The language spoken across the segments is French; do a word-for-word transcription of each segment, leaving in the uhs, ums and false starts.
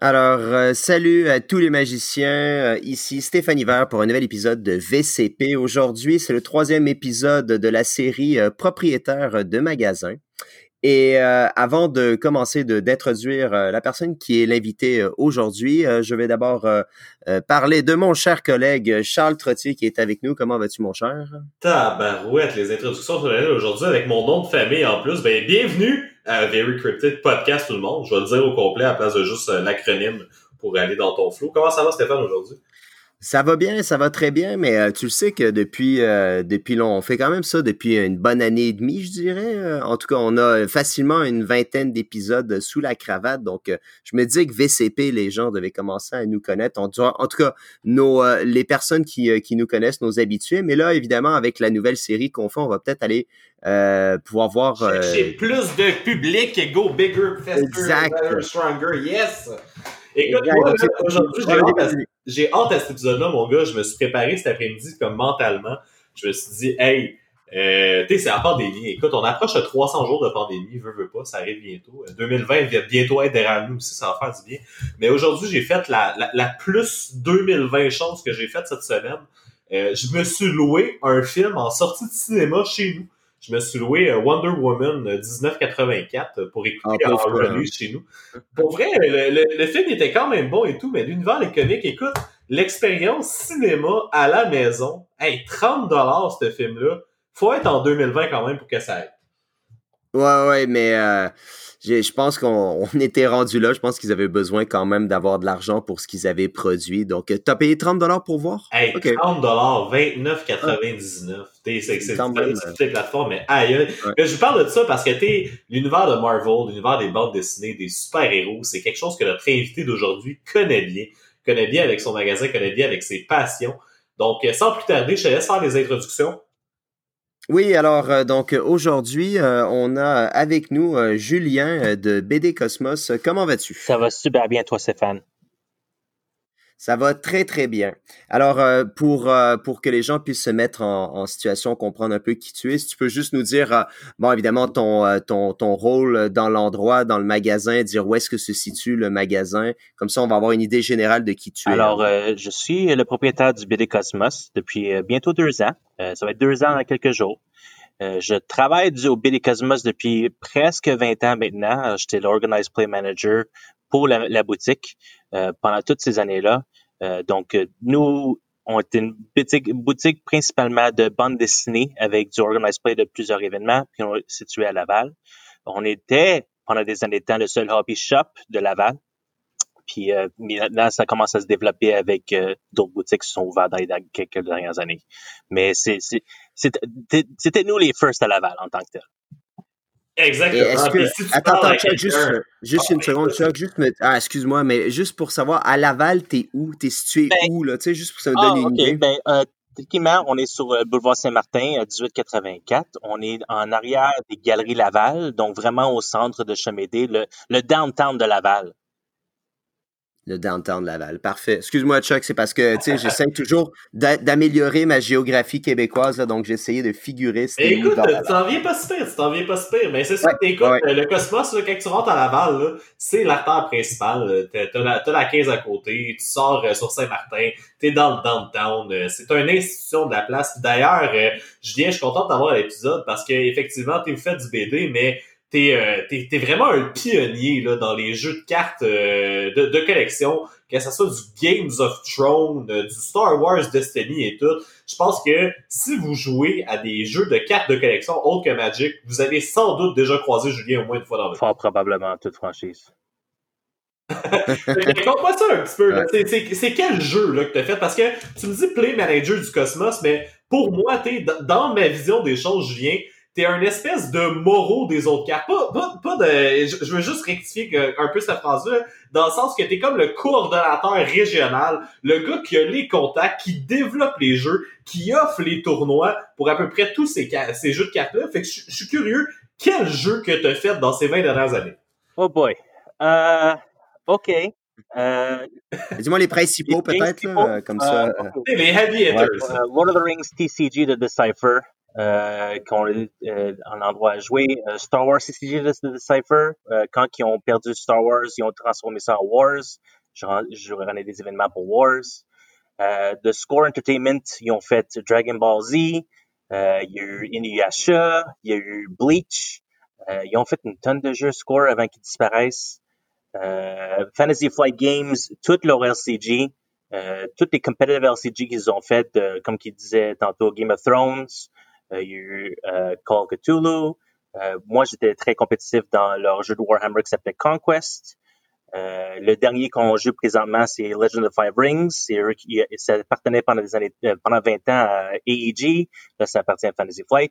Alors, euh, salut à tous les magiciens, euh, ici Stéphane Hiver pour un nouvel épisode de V C P. Aujourd'hui, c'est le troisième épisode de la série euh, Propriétaire de magasin. Et euh, avant de commencer de, d'introduire euh, la personne qui est l'invité euh, aujourd'hui, euh, je vais d'abord euh, euh, parler de mon cher collègue Charles Trottier qui est avec nous. Comment vas-tu, mon cher? Tabarouette, les introductions sont là aujourd'hui avec mon nom de famille en plus. Ben, bienvenue à Very Cryptid Podcast, tout le monde. Je vais le dire au complet à la place de juste euh, l'acronyme pour aller dans ton flow. Comment ça va, Stéphane, aujourd'hui? Ça va bien, ça va très bien, mais euh, tu le sais que depuis euh, depuis long, on fait quand même ça depuis une bonne année et demie, je dirais. Euh, en tout cas, on a facilement une vingtaine d'épisodes sous la cravate, donc euh, je me dis que V C P, les gens devaient commencer à nous connaître. On doit, en tout cas, nos euh, les personnes qui euh, qui nous connaissent, nos habitués. Mais là, évidemment, avec la nouvelle série qu'on fait, on va peut-être aller euh, pouvoir voir. Euh... Chercher plus de public et go bigger, faster, exact. better, stronger. Yes. Écoute, moi, là, aujourd'hui, j'ai hâte, à, j'ai hâte à cet épisode-là, mon gars. Je me suis préparé cet après-midi comme mentalement. Je me suis dit, hey, euh, tu sais, c'est la pandémie. Écoute, on approche de trois cents jours de pandémie, veux, veux pas, ça arrive bientôt. deux mille vingt vient bientôt être derrière nous aussi, ça va faire du bien. Mais aujourd'hui, j'ai fait la, la, la plus deux mille vingt chose que j'ai faite cette semaine. Euh, je me suis loué un film en sortie de cinéma chez nous. Je me suis loué Wonder Woman dix-neuf quatre-vingt-quatre pour écouter en release chez nous. Pour vrai, le, le, le film était quand même bon et tout, mais l'univers des comiques, écoute, l'expérience cinéma à la maison, hey, trente dollars ce film-là, faut être en deux mille vingt quand même pour que ça aille. Ouais, ouais, mais euh, je pense qu'on on était rendu là. Je pense qu'ils avaient besoin quand même d'avoir de l'argent pour ce qu'ils avaient produit. Donc, t'as payé trente dollars pour voir? Hey, okay. trente dollars, vingt-neuf quatre-vingt-dix-neuf. Ah. C'est, c'est, c'est quand même. Toutes les plateformes, mais aïe. Ouais. Mais je parle de ça parce que t'es l'univers de Marvel, l'univers des bandes dessinées, des super-héros, c'est quelque chose que notre invité d'aujourd'hui connaît bien. Connaît bien avec son magasin, connaît bien avec ses passions. Donc, sans plus tarder, je te laisse faire les introductions. Oui, alors euh, donc aujourd'hui, euh, on a avec nous euh, Julien euh, de B D Cosmos. Comment vas-tu? Ça va super bien, toi, Stéphane. Ça va très, très bien. Alors, euh, pour euh, pour que les gens puissent se mettre en, en situation, comprendre un peu qui tu es, si tu peux juste nous dire, euh, bon, évidemment, ton, euh, ton, ton rôle dans l'endroit, dans le magasin, dire où est-ce que se situe le magasin. Comme ça, on va avoir une idée générale de qui tu Alors, es. Alors, euh, je suis le propriétaire du B D Cosmos depuis euh, bientôt deux ans. Euh, ça va être deux ans dans quelques jours. Euh, je travaille du, au B D Cosmos depuis presque vingt ans maintenant. J'étais l'Organized Play Manager pour la, la boutique euh, pendant toutes ces années-là. Euh, donc, nous, on était une boutique, boutique principalement de bande dessinée avec du Organized Play de plusieurs événements, puis on est situé à Laval. On était, pendant des années de temps, le seul hobby shop de Laval. Puis euh, maintenant, ça commence à se développer avec euh, d'autres boutiques qui sont ouvertes dans les quelques dernières années. Mais c'est, c'est, c'était, c'était nous les first à Laval en tant que tel. Exactement. Et est-ce que... Si attends, attends, Chuck, juste, juste oh, une seconde, Chuck, juste me... Ah, excuse-moi, mais juste pour savoir, à Laval, t'es où? T'es situé ben, où, là? Tu sais, juste pour que ça me donne oh, une okay. idée. Ben, euh, techniquement, on est sur le boulevard Saint-Martin, à dix-huit quatre-vingt-quatre. On est en arrière des Galeries Laval, donc vraiment au centre de Chemédé, le, le downtown de Laval. Le downtown de Laval. Parfait. Excuse-moi, Chuck, c'est parce que, tu sais, j'essaie toujours d'a- d'améliorer ma géographie québécoise, là, donc j'ai essayé de figurer. Mais écoute, tu t'en viens pas si pire, tu t'en viens pas si pire. Mais c'est ça, ouais, écoute, ouais. Le Cosmos, là, quand tu rentres à Laval, là, c'est l'artère principale. T'as, t'as, la, t'as la quinze à côté, tu sors euh, sur Saint-Martin, t'es dans le downtown. Euh, c'est une institution de la place. D'ailleurs, euh, Julien, je suis content de t'avoir à l'épisode parce que effectivement, t'es fait du B D, mais T'es, euh, t'es, t'es vraiment un pionnier là, dans les jeux de cartes euh, de, de collection, que ce soit du Games of Thrones, euh, du Star Wars Destiny et tout. Je pense que si vous jouez à des jeux de cartes de collection autres que Magic, vous avez sans doute déjà croisé Julien au moins une fois dans votre vie. Fort probablement, toute franchise. Compte-moi ça un petit peu. Là. C'est, c'est, c'est quel jeu là, que tu as fait? Parce que tu me dis Play Manager du Cosmos, mais pour moi, t'es dans ma vision des choses, Julien, t'es un espèce de Moreau des autres cartes. Pas, pas, pas de, je, je veux juste rectifier que, un peu cette phrase-là, dans le sens que t'es comme le coordonnateur régional, le gars qui a les contacts, qui développe les jeux, qui offre les tournois pour à peu près tous ces, ces jeux de cartes-là. Fait que je, je suis curieux, quel jeu que t'as fait dans ces vingt dernières années? Oh boy. Euh, OK. Euh, Dis-moi les principaux, les peut-être, principaux, là, comme ça. Euh, okay. Les heavy hitters. Ouais, uh, Lord of the Rings T C G de Decipher. euh, qu'on euh, un endroit à jouer. Euh, Star Wars C C G The Decipher, euh, quand ils ont perdu Star Wars, ils ont transformé ça en Wars. Je, je ramenais des événements pour Wars. Euh, The Score Entertainment, ils ont fait Dragon Ball Z. Euh, il y a eu Inuyasha, il y a eu Bleach. Euh, ils ont fait une tonne de jeux Score avant qu'ils disparaissent. Euh, Fantasy Flight Games, toutes leurs L C G, euh, toutes les competitive L C G qu'ils ont faites, euh, comme qu'ils disaient tantôt, Game of Thrones, euh, il y a eu euh, Call of Cthulhu. Euh, moi, j'étais très compétitif dans leur jeu de Warhammer qui s'appelait Conquest. Euh, le dernier qu'on joue présentement, c'est Legend of Five Rings. C'est eux qui, ça appartenait pendant des années, euh, pendant vingt ans à A E G. Là, ça appartient à Fantasy Flight.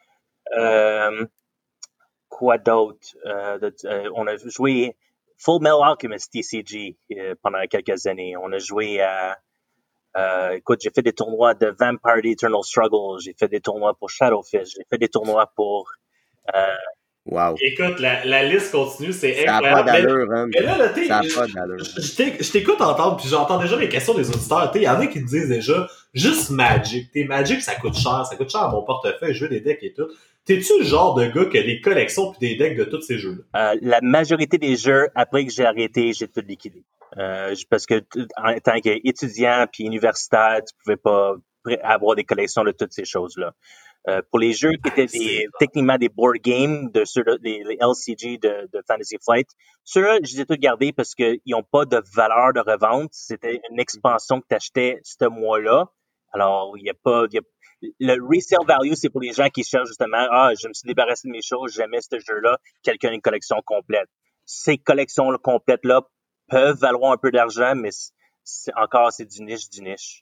Euh, quoi d'autre? Euh, de, euh, on a joué Full Metal Alchemist T C G euh, pendant quelques années. On a joué à... Euh, écoute, j'ai fait des tournois de Vampire The Eternal Struggle. J'ai fait des tournois pour Shadowfish. J'ai fait des tournois pour... Euh, Wow. Écoute, la, la liste continue, c'est ça incroyable. Ça n'a pas d'allure, hein. Mais là, là t'es, ça n'a pas d'allure. Je, je, je t'écoute entendre, puis j'entends déjà les questions des auditeurs. Il y en a qui me disent déjà, juste Magic. T'es Magic, ça coûte cher. Ça coûte cher à mon portefeuille. Je veux des decks et tout. T'es-tu le genre de gars qui a des collections puis des decks de tous ces jeux-là? Euh, la majorité des jeux, après que j'ai arrêté, j'ai tout liquidé. Euh, parce que en tant qu'étudiant puis universitaire, tu pouvais pas avoir des collections de toutes ces choses-là. Euh, pour les jeux qui étaient des, techniquement des board games, de ceux les, les L C G de, de Fantasy Flight, ceux-là, je les ai tous gardés parce qu'ils n'ont pas de valeur de revente. C'était une expansion que tu achetais ce mois-là. Alors, il n'y a pas... Y a, le resale value, c'est pour les gens qui cherchent justement, ah, je me suis débarrassé de mes choses, j'aimais ce jeu-là, quelqu'un a une collection complète. Ces collections complètes-là peuvent valoir un peu d'argent, mais c'est, encore, c'est du niche, du niche.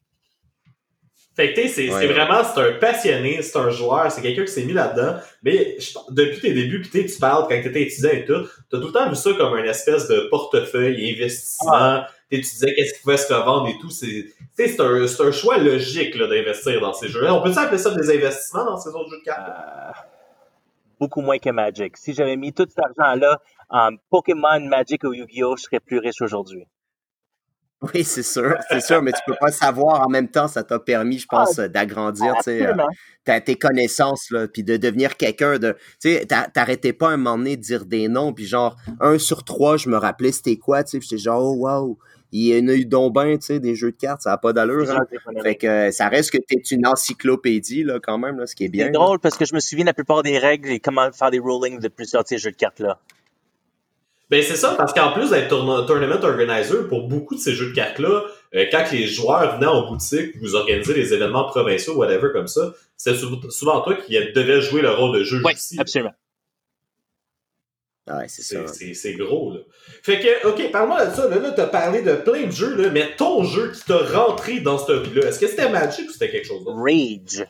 Fait que c'est, ouais, c'est vraiment, c'est un passionné, c'est un joueur, c'est quelqu'un qui s'est mis là-dedans. Mais je, depuis tes débuts, pis tu parles quand t'étais étudiant et tout, t'as tout le temps vu ça comme une espèce de portefeuille, investissement. Ah. T'étudiais qu'est-ce qui pouvait se revendre et tout. C'est, c'est, un, c'est un choix logique là, d'investir dans ces jeux-là. On peut-tu appeler ça des investissements dans ces autres jeux de cartes? Euh, beaucoup moins que Magic. Si j'avais mis tout cet argent-là en Pokémon, Magic ou Yu-Gi-Oh!, je serais plus riche aujourd'hui. Oui, c'est sûr, c'est sûr, mais tu peux pas savoir en même temps, ça t'a permis, je pense, ah, d'agrandir euh, tes connaissances, là, puis de devenir quelqu'un de... Tu sais, t'arrêtais pas un moment donné de dire des noms, puis genre, un sur trois, je me rappelais c'était quoi, tu sais, j'étais genre, oh, wow, il y en a eu donc ben, tu sais, des jeux de cartes, ça n'a pas d'allure, hein. Fait que euh, ça reste que t'es une encyclopédie, là, quand même, là, ce qui est bien. C'est drôle, là. Parce que je me souviens de la plupart des règles et comment faire des rulings de plusieurs de ces jeux de cartes-là. Ben c'est ça, parce qu'en plus d'être tourna- tournament organizer, pour beaucoup de ces jeux de cartes-là, euh, quand les joueurs venaient en boutique, vous organisez des événements provinciaux, whatever, comme ça, c'est souvent toi qui devais jouer le rôle de juge oui, ici. Oui, absolument. Ouais, c'est, c'est ça. C'est, c'est gros, là. Fait que, OK, parle-moi de ça. Là, là t'as parlé de plein de jeux, là, mais ton jeu qui t'a rentré dans cette vie-là, est-ce que c'était Magic ou c'était quelque chose d'autre? Rage.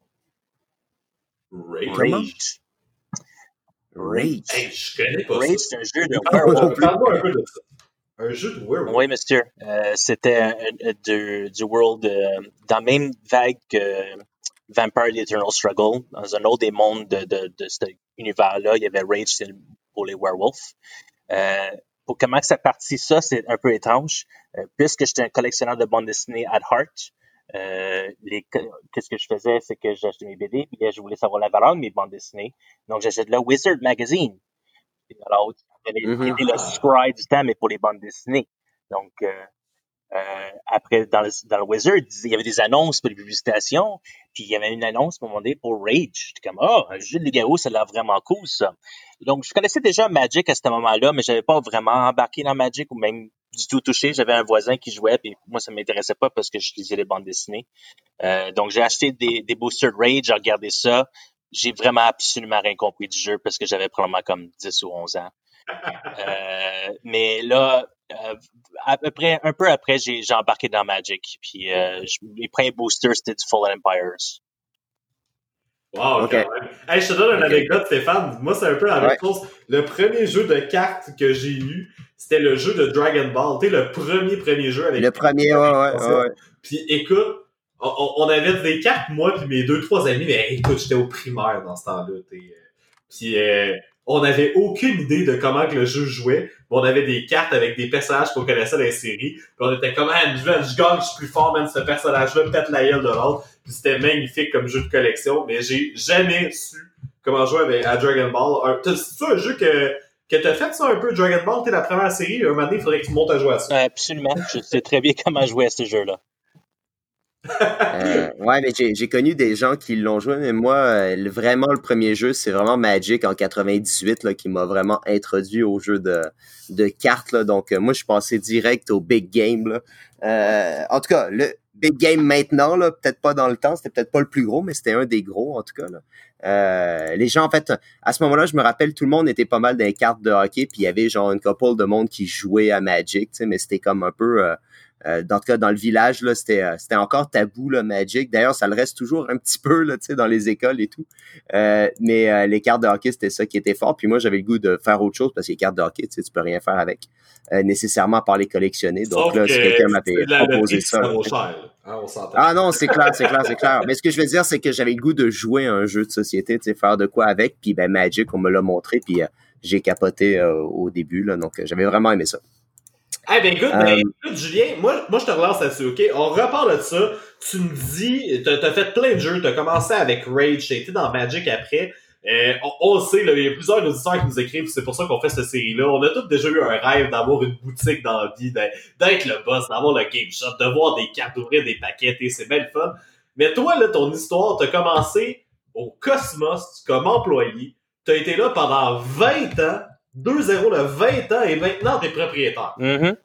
Rage? Rage. Rage. Hey, je connais pas Rage, ça. c'est un jeu de werewolf. Parle-moi un peu de ça. Un jeu de werewolf. Oui, monsieur. Euh, c'était euh, du, du world euh, dans la même vague que Vampire The Eternal Struggle. Dans un autre des mondes de, de, de cet univers-là, il y avait Rage pour les werewolves. Euh, pour comment ça partit ça, c'est un peu étrange. Euh, puisque j'étais un collectionneur de bandes dessinées at heart, Euh, les, qu'est-ce que je faisais, c'est que j'achetais mes B D, puis là, je voulais savoir la valeur de mes bandes dessinées. Donc, j'achète le Wizard Magazine. Alors, c'était mm-hmm. le Scry du temps, mais pour les bandes dessinées. Donc, euh, euh, après, dans le, dans le Wizard, il y avait des annonces pour les publicitations, puis il y avait une annonce, à un moment donné, pour Rage. J'étais comme, oh, un jeu de loup-garou, ça a l'air vraiment cool, ça. Donc, je connaissais déjà Magic à ce moment-là, mais j'avais pas vraiment embarqué dans Magic ou même du tout touché. J'avais un voisin qui jouait, puis moi, ça m'intéressait pas parce que je lisais les bandes dessinées. Euh, donc, j'ai acheté des, des boosters Rage, j'ai regardé ça. J'ai vraiment absolument rien compris du jeu parce que j'avais probablement comme dix ou onze ans. Euh, mais là, euh, à peu près, un peu après, j'ai, j'ai embarqué dans Magic. Puis euh, je, les premiers boosters, c'était du Fallen Empires. Wow, okay. Quand même. Hey, je te donne une okay. anecdote, Stéphane. Moi, c'est un peu la même ouais. chose. Le premier jeu de cartes que j'ai eu, c'était le jeu de Dragon Ball. Tu sais, le premier, premier jeu avec... Le premier, ouais, ouais, ouais. Puis écoute, on, on avait des cartes, moi puis mes deux, trois amis, mais écoute, j'étais au primaire dans ce temps-là. T'sais. Puis euh, on n'avait aucune idée de comment que le jeu jouait. On avait des cartes avec des personnages qu'on connaissait dans les séries. Puis on était comme, ah, je, je gagne, je suis plus fort, man, ce personnage-là pète la gueule de l'autre. puis c'était magnifique comme jeu de collection, mais j'ai jamais su comment jouer avec, à Dragon Ball. C'est-tu un jeu que, que t'as fait ça un peu, Dragon Ball, t'es la première série, un moment donné, il faudrait que tu montes à jouer à ça. Absolument, je sais très bien comment jouer à ce jeu-là. euh, ouais, mais j'ai, j'ai connu des gens qui l'ont joué, mais moi, euh, vraiment, le premier jeu, c'est vraiment Magic en quatre-vingt-dix-huit là, qui m'a vraiment introduit au jeu de, de cartes. Là. Donc, euh, moi, je suis passé direct au big game. Là. Euh, en tout cas, le big game maintenant, là, peut-être pas dans le temps, c'était peut-être pas le plus gros, mais c'était un des gros, en tout cas. Là. Euh, les gens, en fait, à ce moment-là, je me rappelle, tout le monde était pas mal dans les cartes de hockey, puis il y avait genre une couple de monde qui jouait à Magic, tu sais, mais c'était comme un peu... Euh, Euh, dans tout cas, dans le village, là, c'était, euh, c'était encore tabou, là, Magic. D'ailleurs, ça le reste toujours un petit peu, là, tu sais, dans les écoles et tout. Euh, mais euh, les cartes de hockey, c'était ça qui était fort. Puis moi, j'avais le goût de faire autre chose parce que les cartes de hockey, tu sais, tu peux rien faire avec, euh, nécessairement par les collectionner. Donc Sauf là, si quelqu'un m'avait proposé ça. Ça vaut cher, hein, on s'entend. Ah non, c'est clair, c'est clair, c'est clair. Mais ce que je veux dire, c'est que j'avais le goût de jouer à un jeu de société, tu sais, faire de quoi avec. Puis ben Magic, on me l'a montré, puis euh, j'ai capoté euh, au début, là. Donc, euh, j'avais vraiment aimé ça. Eh hey, ben écoute, um, ben, écoute, Julien, moi, moi je te relance là-dessus, OK? On reparle de ça. Tu me dis, t'as, t'as fait plein de jeux, t'as commencé avec Rage, t'as été dans Magic après. Euh, on, on sait, là, il y a plusieurs auditeurs qui nous écrivent, c'est pour ça qu'on fait cette série-là. On a tous déjà eu un rêve d'avoir une boutique dans la vie, d'être le boss, d'avoir le game shop, de voir des cartes, d'ouvrir des paquets, et c'est belle fun. Mais toi, là, ton histoire, t'as commencé au Cosmos comme employé. T'as été là pendant vingt ans. deux zéro le vingt ans et maintenant t'es propriétaire. Mm-hmm.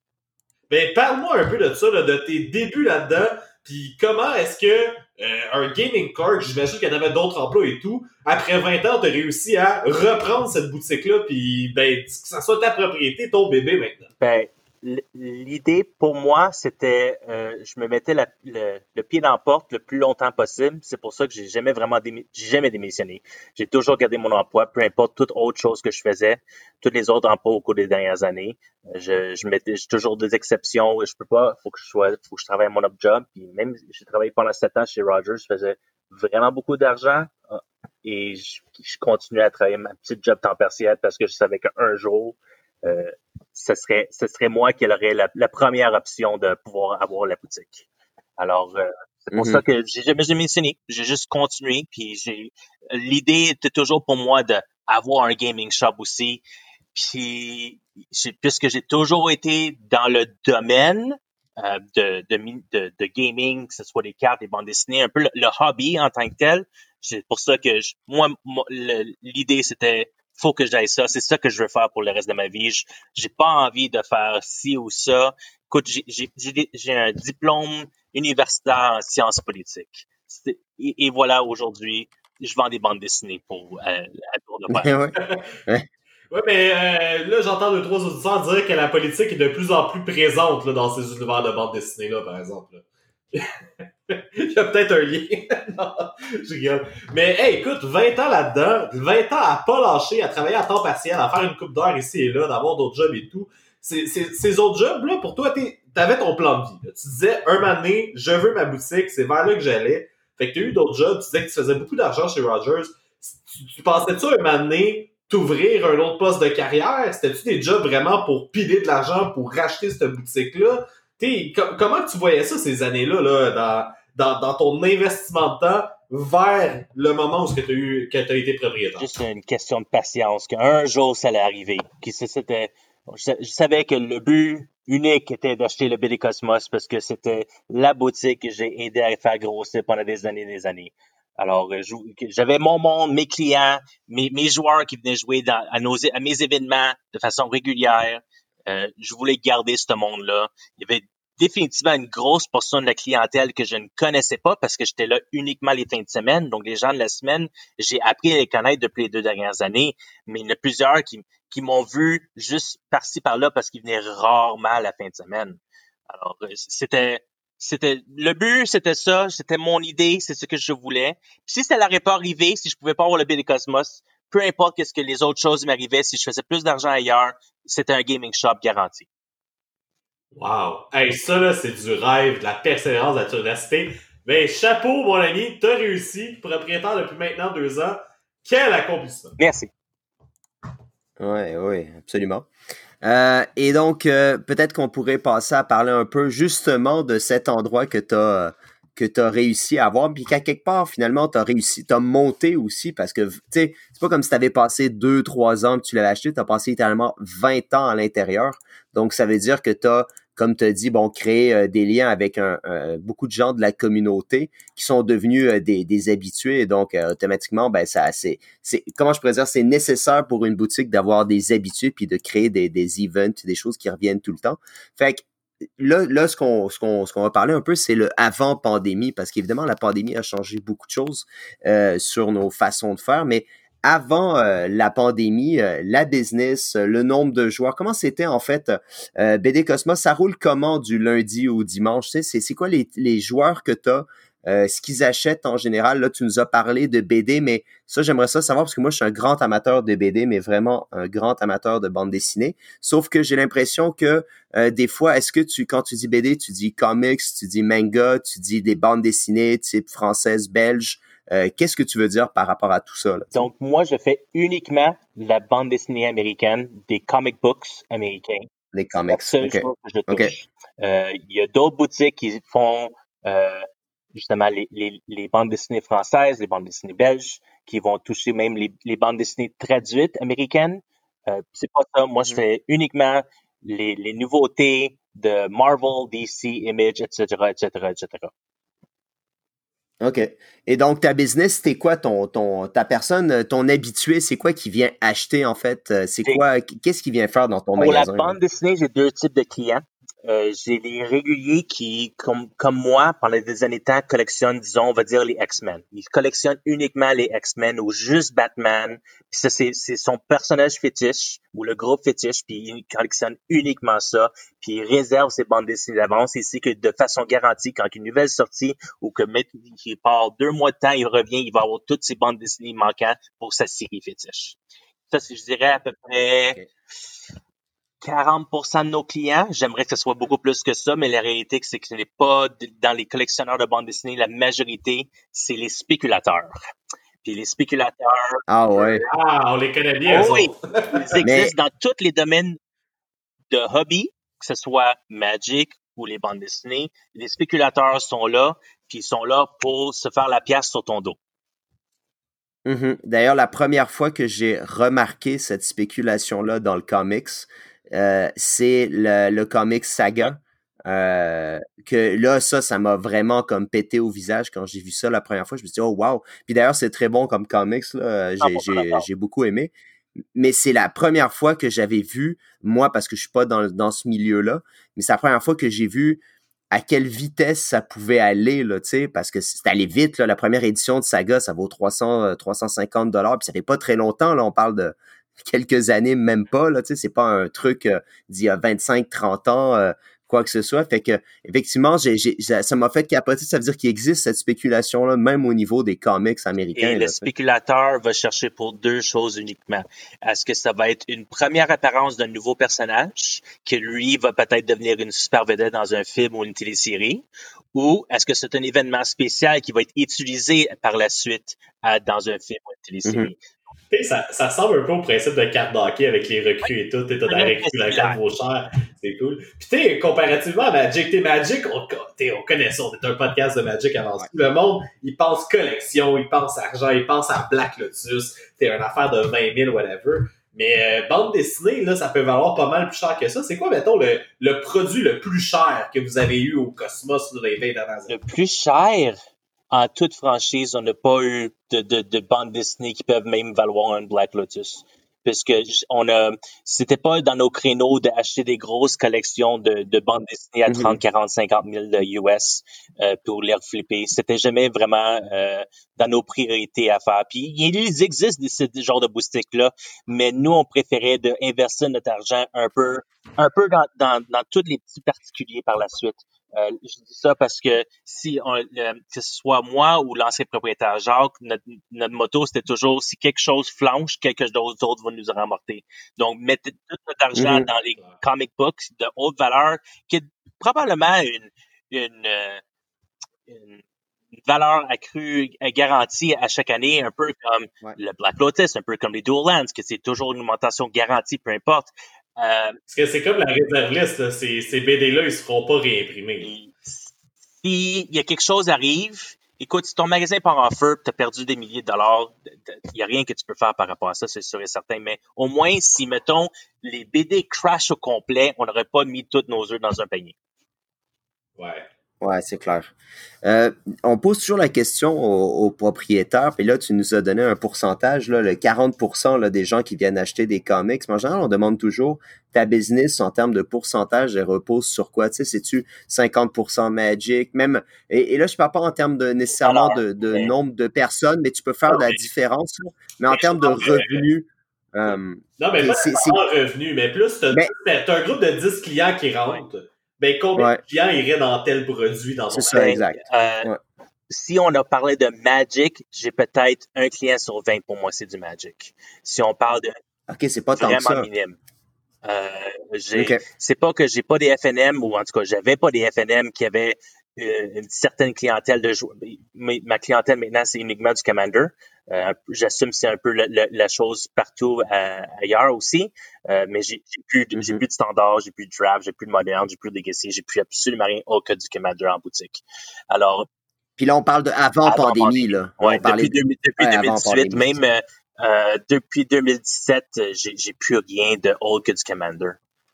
Ben, parle-moi un peu de ça, là, de tes débuts là-dedans, puis comment est-ce que euh, un gaming card, j'imagine qu'il y en avait d'autres emplois et tout, après vingt ans, t'as réussi à reprendre cette boutique-là, puis ben, que ça soit ta propriété, ton bébé maintenant. Ben, l'idée pour moi, c'était, euh, je me mettais la, le, le pied dans la porte le plus longtemps possible. C'est pour ça que j'ai jamais vraiment démi- j'ai jamais démissionné. J'ai toujours gardé mon emploi, peu importe toute autre chose que je faisais, tous les autres emplois au cours des dernières années. Je, je mettais, j'ai toujours des exceptions. Je peux pas, faut que je sois, faut que je travaille mon up job. Puis même, j'ai travaillé pendant sept ans chez Rogers, je faisais vraiment beaucoup d'argent et je, je continuais à travailler ma petite job temps partiel parce que je savais qu'un jour, Euh, ce serait ce serait moi qui aurais la, la première option de pouvoir avoir la boutique. Alors, euh, c'est pour mm-hmm. ça que j'ai jamais démissionné. J'ai juste continué. Puis j'ai l'idée était toujours pour moi de avoir un gaming shop aussi. Puis j'ai, puisque j'ai toujours été dans le domaine euh, de, de, de, de gaming, que ce soit des cartes, des bandes dessinées, un peu le, le hobby en tant que tel. C'est pour ça que je, moi, moi le, l'idée c'était faut que j'aille ça, c'est ça que je veux faire pour le reste de ma vie. Je, j'ai pas envie de faire ci ou ça. Écoute, j'ai, j'ai, j'ai, j'ai un diplôme universitaire en sciences politiques. Et, et voilà, aujourd'hui, je vends des bandes dessinées pour euh, à tour de faire. ouais. Ouais, mais euh, là, j'entends deux, trois auditeurs dire que la politique est de plus en plus présente là, dans ces univers de bandes dessinées-là, par exemple. Il y a peut-être un lien. Non, je rigole. Mais hey, écoute, vingt ans là-dedans, vingt ans à pas lâcher, à travailler à temps partiel, à faire une coupe d'heure ici et là, d'avoir d'autres jobs et tout. C'est, c'est, ces autres jobs-là, pour toi, t'es, t'avais ton plan de vie. Là. Tu disais, un moment donné, je veux ma boutique, c'est vers là que j'allais. Fait que t'as eu d'autres jobs, tu disais que tu faisais beaucoup d'argent chez Rogers. Tu, tu pensais-tu un moment donné t'ouvrir un autre poste de carrière? C'était-tu des jobs vraiment pour piler de l'argent, pour racheter cette boutique-là? T'sais, com- comment tu voyais ça ces années-là, là, dans, dans, dans ton investissement de temps vers le moment où tu as eu, que tu as été propriétaire? Juste une question de patience, qu'un jour ça allait arriver. Qui c'était, je, je savais que le but unique était d'acheter le Billy Cosmos parce que c'était la boutique que j'ai aidé à faire grossir pendant des années et des années. Alors, j'avais mon monde, mes clients, mes, mes joueurs qui venaient jouer dans, à, nos, à mes événements de façon régulière. Euh, je voulais garder ce monde-là. Il y avait définitivement une grosse portion de la clientèle que je ne connaissais pas parce que j'étais là uniquement les fins de semaine. Donc, les gens de la semaine, j'ai appris à les connaître depuis les deux dernières années. Mais il y en a plusieurs qui, qui m'ont vu juste par-ci, par-là parce qu'ils venaient rarement la fin de semaine. Alors, c'était... C'était le but, c'était ça, c'était mon idée, c'est ce que je voulais. Puis si ça n'allait pas arriver, si je pouvais pas avoir le Billy Cosmos, peu importe qu'est-ce que les autres choses m'arrivaient, si je faisais plus d'argent ailleurs, c'était un gaming shop garanti. Wow! Hey, ça là, c'est du rêve, de la persévérance, de la ténacité. Mais chapeau, mon ami, t'as réussi, propriétaire depuis maintenant deux ans. Quel accomplissement! Merci. Oui, oui, absolument. Euh, et donc, euh, peut-être qu'on pourrait passer à parler un peu justement de cet endroit que tu as que tu as réussi à avoir, puis qu'à quelque part, finalement, tu as réussi, tu as monté aussi, parce que, tu sais, c'est pas comme si tu avais passé deux, trois ans que tu l'avais acheté, tu as passé littéralement vingt ans à l'intérieur. Donc, ça veut dire que tu as, comme tu as dit, bon, créé euh, des liens avec un, un, beaucoup de gens de la communauté qui sont devenus euh, des, des habitués. Donc, euh, automatiquement, ben, ça, c'est, c'est, comment je pourrais dire, c'est nécessaire pour une boutique d'avoir des habitués puis de créer des, des events, des choses qui reviennent tout le temps. Fait que, Là, là, ce qu'on, ce qu'on, ce qu'on va parler un peu, c'est le avant pandémie, parce qu'évidemment, la pandémie a changé beaucoup de choses euh, sur nos façons de faire, mais avant euh, la pandémie, euh, la business, euh, le nombre de joueurs, comment c'était en fait euh, B D Cosmos, ça roule comment du lundi au dimanche? Tu sais, c'est, c'est quoi les, les joueurs que tu as? Euh, ce qu'ils achètent en général, là, tu nous as parlé de B D, mais ça, j'aimerais ça savoir parce que moi, je suis un grand amateur de B D, mais vraiment un grand amateur de bande dessinée. Sauf que j'ai l'impression que euh, des fois, est-ce que tu, quand tu dis B D, tu dis comics, tu dis manga, tu dis des bandes dessinées type française, belge. Euh, qu'est-ce que tu veux dire par rapport à tout ça? Là, Donc, moi, je fais uniquement la bande dessinée américaine, des comic books américains. Les comics. C'est la seule Okay. chose que je touche. Okay. Euh, il y a d'autres boutiques qui font euh, justement les, les, les bandes dessinées françaises, les bandes dessinées belges, qui vont toucher même les, les bandes dessinées traduites américaines. Euh, c'est pas ça. Moi, je fais uniquement les, les nouveautés de Marvel, D C, Image, et cetera, et cetera, et cetera. OK. Et donc, ta business, c'était quoi ton, ton, ta personne, ton habitué, c'est quoi qui vient acheter, en fait? C'est quoi, qu'est-ce qu'il vient faire dans ton Pour magasin? Pour la bande dessinée, j'ai deux types de clients. Euh, j'ai les réguliers qui, comme, comme moi, pendant des années de temps, collectionnent, disons, on va dire les X-Men. Ils collectionnent uniquement les X-Men ou juste Batman. Puis ça, c'est, c'est son personnage fétiche ou le groupe fétiche, puis il collectionne uniquement ça. Puis il réserve ses bandes dessinées d'avance. Il sait que de façon garantie, quand une nouvelle sortie ou que il part deux mois de temps, il revient, il va avoir toutes ses bandes dessinées manquantes pour sa série fétiche. Ça, c'est, je dirais, à peu près... Okay. quarante pour cent de nos clients. J'aimerais que ce soit beaucoup plus que ça, mais la réalité, c'est que ce n'est pas dans les collectionneurs de bandes dessinées. La majorité, c'est les spéculateurs. Puis les spéculateurs... Ah ouais. Ah, on les connaît bien, oh, oui. Ils existent mais... dans tous les domaines de hobby, que ce soit Magic ou les bandes dessinées. Les spéculateurs sont là, puis ils sont là pour se faire la pièce sur ton dos. Mm-hmm. D'ailleurs, la première fois que j'ai remarqué cette spéculation-là dans le comics, Euh, c'est le, le comic Saga. Euh, que là, ça, ça m'a vraiment comme pété au visage quand j'ai vu ça la première fois. Je me suis dit, oh wow. Puis d'ailleurs, c'est très bon comme comics, là. J'ai, ah, j'ai, j'ai beaucoup aimé. Mais c'est la première fois que j'avais vu, moi, parce que je suis pas dans, dans ce milieu-là, mais c'est la première fois que j'ai vu à quelle vitesse ça pouvait aller, là, tu sais, parce que c'est allé vite, là. La première édition de Saga, ça vaut trois cents, trois cent cinquante dollars, puis ça fait pas très longtemps, là. On parle de quelques années, même pas, là, tu sais, c'est pas un truc euh, d'il y a vingt-cinq trente ans, euh, quoi que ce soit. Fait que, effectivement, j'ai, j'ai, ça m'a fait capoter. Ça veut dire qu'il existe cette spéculation-là, même au niveau des comics américains. Et là, le spéculateur va chercher pour deux choses uniquement. Est-ce que ça va être une première apparence d'un nouveau personnage, que lui va peut-être devenir une super vedette dans un film ou une télésérie, ou est-ce que c'est un événement spécial qui va être utilisé par la suite à, dans un film ou une télésérie? Mm-hmm. Ça, ça ressemble un peu au principe de carte d'hockey avec les recrues et tout. T'as la recrue, la carte vaut cher. C'est cool. Puis t'es, comparativement à Magic, t'es Magic, on, t'es, on connaît ça. On est un podcast de Magic avant tout. Le monde, il pense collection, il pense argent, il pense à Black Lotus. T'es une affaire de vingt mille, whatever. Mais euh, bande dessinée, là, ça peut valoir pas mal plus cher que ça. C'est quoi, mettons, le, le produit le plus cher que vous avez eu au Cosmos dans les vingt dernières années? Le plus cher? En toute franchise, on n'a pas eu de, de, de bandes dessinées qui peuvent même valoir un Black Lotus. Puisque on a, c'était pas dans nos créneaux d'acheter des grosses collections de, de bandes dessinées à trente, quarante, cinquante mille de U S euh, pour les reflipper. C'était jamais vraiment euh, dans nos priorités à faire. Puis il existe des, ce genre de boutiques-là, mais nous, on préférait de investir notre argent un peu, un peu dans, dans, dans tous les petits particuliers par la suite. Euh, je dis ça parce que si on, euh, que ce soit moi ou l'ancien propriétaire Jacques, notre, notre motto c'était toujours si quelque chose flanche, quelque chose d'autre va nous remporter. Donc mettez tout notre argent mm-hmm. dans les comic books de haute valeur, qui est probablement une une, euh, une valeur accrue garantie à chaque année, un peu comme ouais. le Black Lotus, un peu comme les Dual Lands, que c'est toujours une augmentation garantie, peu importe. Euh, Parce que c'est comme la réserve liste, là. Ces, ces B D-là, ils ne se feront pas réimprimer. s'il y a quelque chose arrive, écoute, si ton magasin part en feu, tu as perdu des milliers de dollars, il n'y a rien que tu peux faire par rapport à ça, c'est sûr et certain. Mais au moins, si, mettons, les B D crash au complet, on n'aurait pas mis tous nos œufs dans un panier. Ouais. Ouais, c'est clair. Euh, on pose toujours la question aux, aux propriétaires, puis là, tu nous as donné un pourcentage, là, le quarante pour cent là, des gens qui viennent acheter des comics. Mais en général, on demande toujours ta business en termes de pourcentage, elle repose sur quoi? Tu sais, c'est-tu cinquante pour cent Magic? Même, et, et là, je parle pas en termes de nécessairement de, de mais, nombre de personnes, mais tu peux faire de la différence, là. Mais en mais termes de revenus. Euh, non, mais pas c'est, c'est, en revenus, mais plus, t'as, mais, t'as un groupe de dix clients qui rentrent. Ben, combien ouais. de clients iraient dans tel produit dans ton C'est ça, exact. Euh, ouais. Si on a parlé de Magic, j'ai peut-être un client sur vingt pour moi, c'est du Magic. Si on parle de OK, c'est pas tant que vraiment ça. minime. Euh, j'ai, Okay. C'est pas que j'ai pas des F N M, ou en tout cas, j'avais pas des F N M qui avaient euh, une certaine clientèle de joueurs. Ma clientèle maintenant, c'est uniquement du Commander. Euh, j'assume que c'est un peu la, la, la chose partout euh, ailleurs aussi. Euh, mais j'ai, j'ai plus de, mm-hmm. j'ai plus de standard, j'ai plus de draft, j'ai plus de moderne, j'ai plus de legacy, j'ai plus absolument rien autre que du Commander en boutique. Alors. Puis là, on parle de avant, avant pandémie, pandémie, là. Ouais, on parlait depuis, de, depuis ouais, deux mille dix-huit, même euh, euh, depuis deux mille dix-sept, j'ai, j'ai plus rien de autre que du Commander.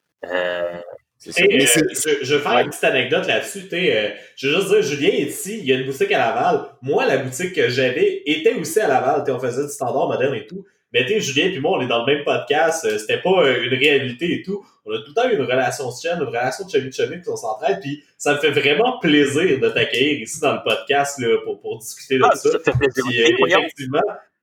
Euh, c'est et, euh, je, je vais faire ouais. une petite anecdote là-dessus. Euh, je veux juste dire, Julien est ici, il y a une boutique à Laval. Moi, la boutique que j'avais était aussi à Laval. On faisait du standard moderne et tout. Mais tu sais, Julien et moi, on est dans le même podcast. Euh, c'était pas euh, une réalité et tout. On a tout le temps eu une relation de chaîne, une relation de chummy-chummy, puis on s'entraide. Puis ça me fait vraiment plaisir de t'accueillir ici dans le podcast là, pour, pour discuter de ah, ça. Ça fait plaisir. Puis, euh, effectivement,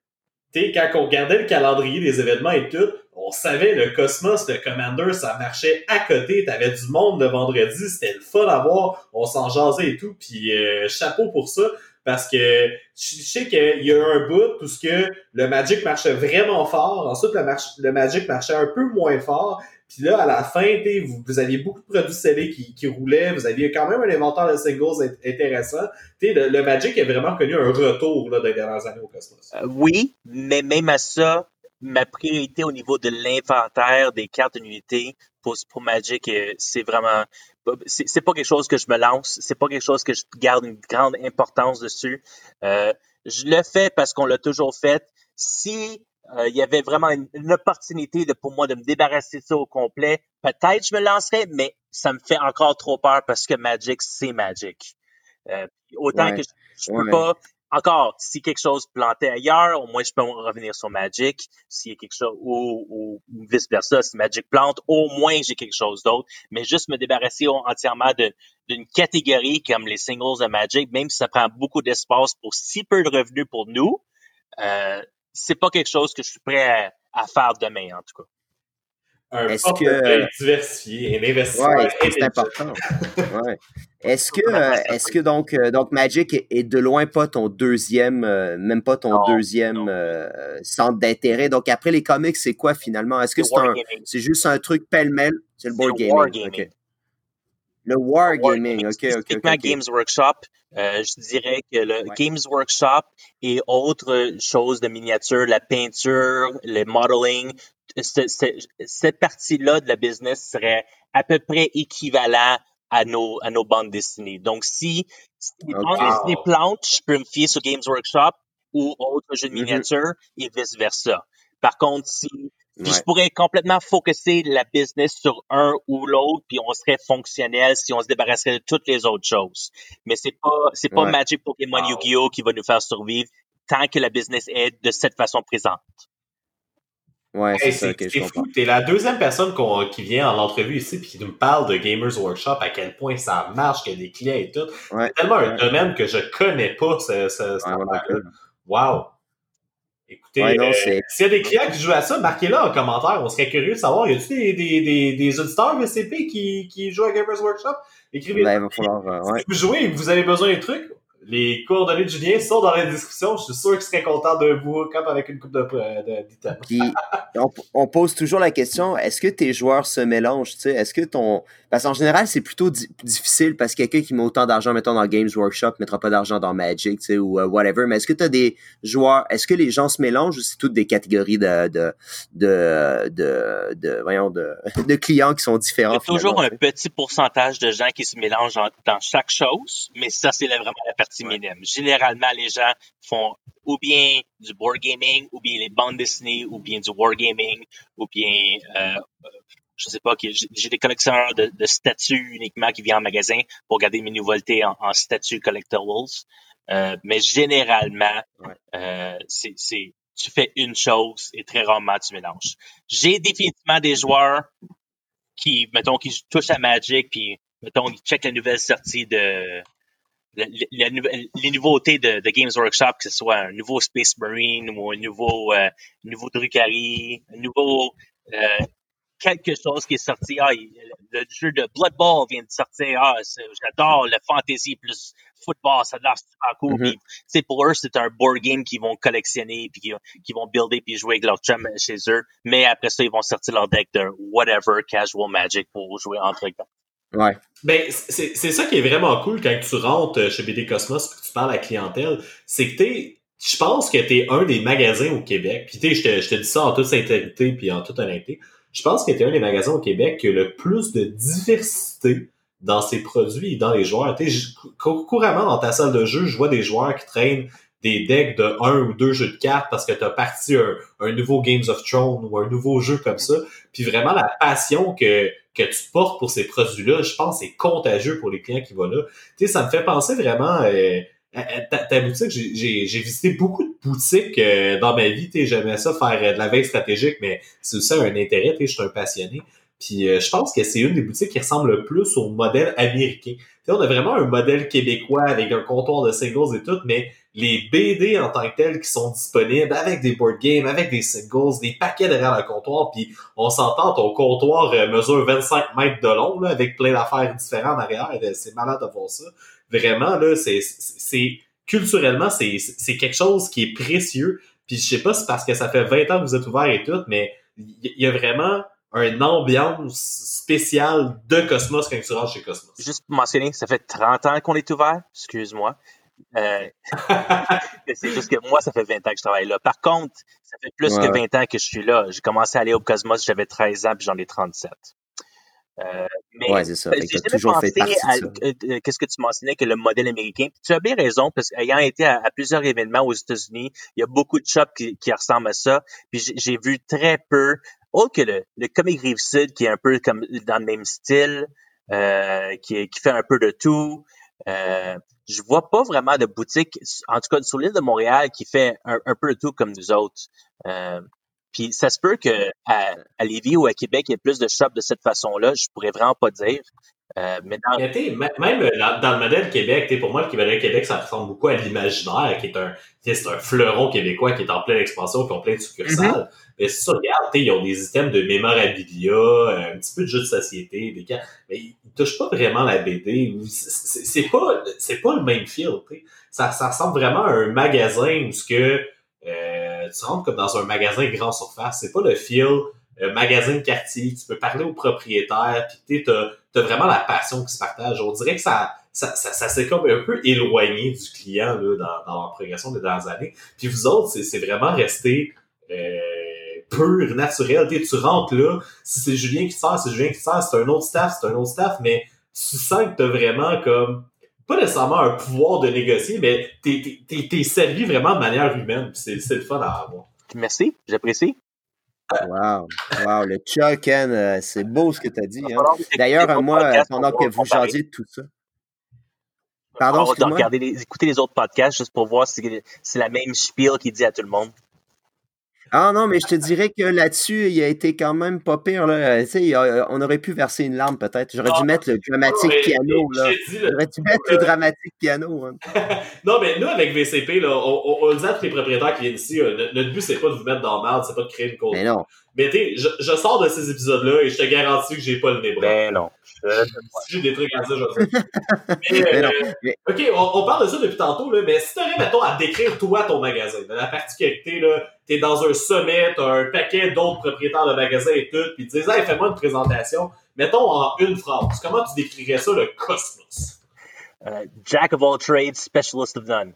tu sais, quand on regardait le calendrier des événements et tout, on savait le Cosmos, le Commander, ça marchait à côté. T'avais du monde le vendredi, c'était le fun à voir. On s'en jasait et tout. Puis euh, chapeau pour ça. Parce que je sais qu'il y a eu un bout où ce que le Magic marchait vraiment fort. Ensuite, le, march- le Magic marchait un peu moins fort. Puis là, à la fin, vous, vous aviez beaucoup de produits scellés qui, qui roulaient. Vous aviez quand même un inventaire de singles intéressant. Le, le Magic a vraiment connu un retour là, dans les dernières années au Cosmos. Euh, oui, mais même à ça, ma priorité au niveau de l'inventaire des cartes d'unité pour, pour Magic, c'est vraiment... C'est, c'est pas quelque chose que je me lance, c'est pas quelque chose que je garde une grande importance dessus. Euh, je le fais parce qu'on l'a toujours fait. Si il euh, y avait vraiment une, une opportunité de, pour moi de me débarrasser de ça au complet, peut-être je me lancerais, mais ça me fait encore trop peur parce que Magic, c'est Magic. Euh, autant ouais, que je, je ouais. peux pas... Encore, si quelque chose plantait ailleurs, au moins je peux revenir sur Magic. S'il y a quelque chose, ou, ou vice-versa, si Magic plante, au moins j'ai quelque chose d'autre. Mais juste me débarrasser entièrement de, d'une catégorie comme les singles de Magic, même si ça prend beaucoup d'espace pour si peu de revenus pour nous, euh, c'est pas quelque chose que je suis prêt à, à faire demain, en tout cas. Un Est-ce que diversifié, un investissement. Ouais, c'est important. ouais. Est-ce que, euh, est-ce que donc, euh, donc Magic est, est de loin pas ton deuxième, euh, même pas ton non, deuxième euh, centre d'intérêt. Donc après les comics, c'est quoi finalement? Est-ce que c'est, c'est un, c'est juste un truc pêle-mêle? C'est le board gaming. War gaming. Okay. Le wargaming, ok, ok, ok. okay. Games Workshop, euh, je dirais que le ouais. Games Workshop et autres choses de miniature, la peinture, le modeling, cette, cette, cette partie-là de la business serait à peu près équivalent à nos, à nos bandes dessinées. Donc, si, si les okay. bandes dessinées plantent, je peux me fier sur Games Workshop ou autres jeux de miniature mm-hmm. et vice-versa. Par contre, si, si ouais. je pourrais complètement focuser la business sur un ou l'autre, puis on serait fonctionnel si on se débarrasserait de toutes les autres choses. Mais c'est pas, c'est pas ouais. Magic, Pokémon, wow. Yu-Gi-Oh! Qui va nous faire survivre tant que la business est de cette façon présente. Ouais, c'est, hey, ça, c'est, okay, c'est je fou. comprends. T'es la deuxième personne qu'on, qui vient en entrevue ici puis qui nous parle de Gamers Workshop, à quel point ça marche, qu'il y a des clients et tout. Ouais, c'est tellement ouais. un domaine que je connais pas, ce, ce, cette ouais, affaire-là. Wow! Écoutez, ouais, non, euh, s'il y a des clients qui jouent à ça, marquez-le en commentaire. On serait curieux de savoir, y a-t-il des, des, des, des auditeurs V C P qui, qui jouent à Gamers Workshop? Écrivez. Ben, il va falloir, euh, ouais. Si vous jouez et que vous avez besoin de trucs, les coordonnées de Julien sont dans la description. Je suis sûr qu'il serait content de vous, comme avec une coupe de, de, d'items. Puis, on, on pose toujours la question, est-ce que tes joueurs se mélangent, tu sais? Est-ce que ton... Parce qu'en général, c'est plutôt di- difficile parce que quelqu'un qui met autant d'argent, mettons, dans Games Workshop, mettra pas d'argent dans Magic, tu sais, ou uh, whatever. Mais est-ce que tu as des joueurs... Est-ce que les gens se mélangent ou c'est toutes des catégories de... de, de, de, de voyons, de, de clients qui sont différents? Il y a toujours un petit pourcentage de gens qui se mélangent dans, dans chaque chose, mais ça, c'est vraiment la partie minime. Généralement, les gens font ou bien du board gaming, ou bien les bandes dessinées, ou bien du wargaming, ou bien, euh, je sais pas, j'ai des collectionneurs de, de statues uniquement qui viennent en magasin pour garder mes nouveautés en, en statues collectibles. Euh, mais généralement, ouais. euh, c'est, c'est, tu fais une chose et très rarement tu mélanges. J'ai définitivement des joueurs qui, mettons, qui touchent à Magic, puis, mettons, ils checkent la nouvelle sortie de... Le, le, le, les nouveautés de, de Games Workshop, que ce soit un nouveau Space Marine ou un nouveau euh, nouveau Drukhari, un nouveau euh, quelque chose qui est sorti. Ah, il, le jeu de Blood Bowl vient de sortir. Ah, j'adore le fantasy plus football, ça a l'air super cool. Mm-hmm. Puis, pour eux, c'est un board game qu'ils vont collectionner puis qu'ils, qu'ils vont builder puis jouer avec leur chum chez eux. Mais après ça, ils vont sortir leur deck de whatever casual Magic pour jouer entre eux. Ouais. Ben, c'est, c'est ça qui est vraiment cool quand tu rentres chez B D Cosmos et que tu parles à la clientèle, c'est que t'es, je pense que t'es un des magasins au Québec, puis tu sais, je te, je te dis ça en toute sincérité puis en toute honnêteté, je pense que t'es un des magasins au Québec qui a le plus de diversité dans ses produits et dans les joueurs. Tu sais, couramment dans ta salle de jeu, je vois des joueurs qui traînent des decks de un ou deux jeux de cartes parce que t'as parti un, un nouveau Games of Thrones ou un nouveau jeu comme ça, puis vraiment la passion que que tu portes pour ces produits-là, je pense que c'est contagieux pour les clients qui vont là. Tu sais, ça me fait penser vraiment euh, à, à ta, ta boutique. J'ai, j'ai, j'ai visité beaucoup de boutiques euh, dans ma vie. Tu sais, j'aimais ça faire euh, de la veille stratégique, mais c'est aussi un intérêt. Tu sais, je suis un passionné. Puis euh, je pense que c'est une des boutiques qui ressemble le plus au modèle américain. Tu sais, on a vraiment un modèle québécois avec un comptoir de singles et tout, mais les B D en tant que tels qui sont disponibles avec des board games, avec des singles, des paquets derrière le comptoir, puis on s'entend, ton comptoir euh, mesure vingt-cinq mètres de long, là, avec plein d'affaires différentes en arrière. C'est malade de voir ça. Vraiment, là, c'est, c'est, c'est culturellement, c'est, c'est quelque chose qui est précieux. Puis je sais pas si c'est parce que ça fait vingt ans que vous êtes ouverts et tout, mais il y, y a vraiment une ambiance spéciale de Cosmos quand tu rentres chez Cosmos. Juste pour mentionner, ça fait trente ans qu'on est ouvert, excuse-moi. Euh, c'est juste que moi, ça fait vingt ans que je travaille là. Par contre, ça fait plus ouais. que vingt ans que je suis là. J'ai commencé à aller au Cosmos, j'avais treize ans, puis j'en ai trente-sept. Euh, mais ouais, c'est ça. J'ai jamais toujours pensé fait à, à qu'est-ce que tu mentionnais, que le modèle américain. Puis tu as bien raison, parce qu'ayant été à, à plusieurs événements aux États-Unis, il y a beaucoup de shops qui, qui ressemblent à ça. Puis j'ai, j'ai vu très peu, autre que le, le Comic Rive-Sud, qui est un peu comme dans le même style, euh, qui, qui fait un peu de tout. Euh, je vois pas vraiment de boutique, en tout cas sur l'île de Montréal, qui fait un, un peu de tout comme nous autres. Euh, Puis ça se peut que à, à Lévis ou à Québec, il y ait plus de shops de cette façon-là. Je pourrais vraiment pas dire. Euh, mais dans... mais même dans, dans le modèle Québec, pour moi, le modèle Québec, ça ressemble beaucoup à l'imaginaire, qui est un, c'est un fleuron québécois qui est en pleine expansion, qui ont plein de succursales. Mm-hmm. Mais si tu regardes, ils ont des items de mémorabilia, un petit peu de jeux de société, des cas, mais ils touchent pas vraiment la B D. C'est, c'est pas, c'est pas le même feel. Ça, ça ressemble vraiment à un magasin où ce que euh, tu rentres comme dans un magasin grand surface. C'est pas le feel euh, magasin de quartier. Tu peux parler au propriétaire, puis tu as, t'as vraiment la passion qui se partage. On dirait que ça, ça, ça, ça s'est comme un peu éloigné du client là, dans, dans la progression des dernières années. Puis vous autres, c'est, c'est vraiment resté euh, pur, naturel. T'sais, tu rentres là, si c'est Julien qui te sert, c'est Julien qui te sert, c'est un autre staff, c'est un autre staff, mais tu sens que t'as vraiment comme pas nécessairement un pouvoir de négocier, mais t'es, t'es, t'es, t'es servi vraiment de manière humaine. C'est, c'est le fun à avoir. Merci, j'apprécie. Wow, wow, le Chuck, hein, euh, c'est beau ce que tu as dit. Hein. D'ailleurs, moi, pendant que vous jasiez de tout ça. Pardon, on va regarder les, écouter les autres podcasts juste pour voir si c'est la même spiel qu'il dit à tout le monde. Ah non, mais je te dirais que là-dessus, il a été quand même pas pire. Là. Tu sais, on aurait pu verser une larme peut-être. J'aurais dû mettre le dramatique non, piano. Là. Dit, là. J'aurais dû mettre le dramatique piano. Hein. Non, mais nous, avec V C P, là, on, on, on le dit à tous les propriétaires qui viennent ici, euh, notre but, c'est pas de vous mettre dans la merde, c'est pas de créer une cause. Mais non. Mais tu je, je sors de ces épisodes-là et je te garantis que j'ai pas le nez brun. Ben non. Je... Si j'ai des trucs à dire, je vais dire. Mais, mais non, mais... OK, on, on parle de ça depuis tantôt, là, mais si t'aurais, mettons, à décrire toi ton magasin, de la particularité, là, t'es dans un sommet, t'as un paquet d'autres propriétaires de magasins et tout, puis tu dis, hey, fais-moi une présentation. Mettons en une phrase. Comment tu décrirais ça, le Cosmos? Uh, Jack of all trades, specialist of none.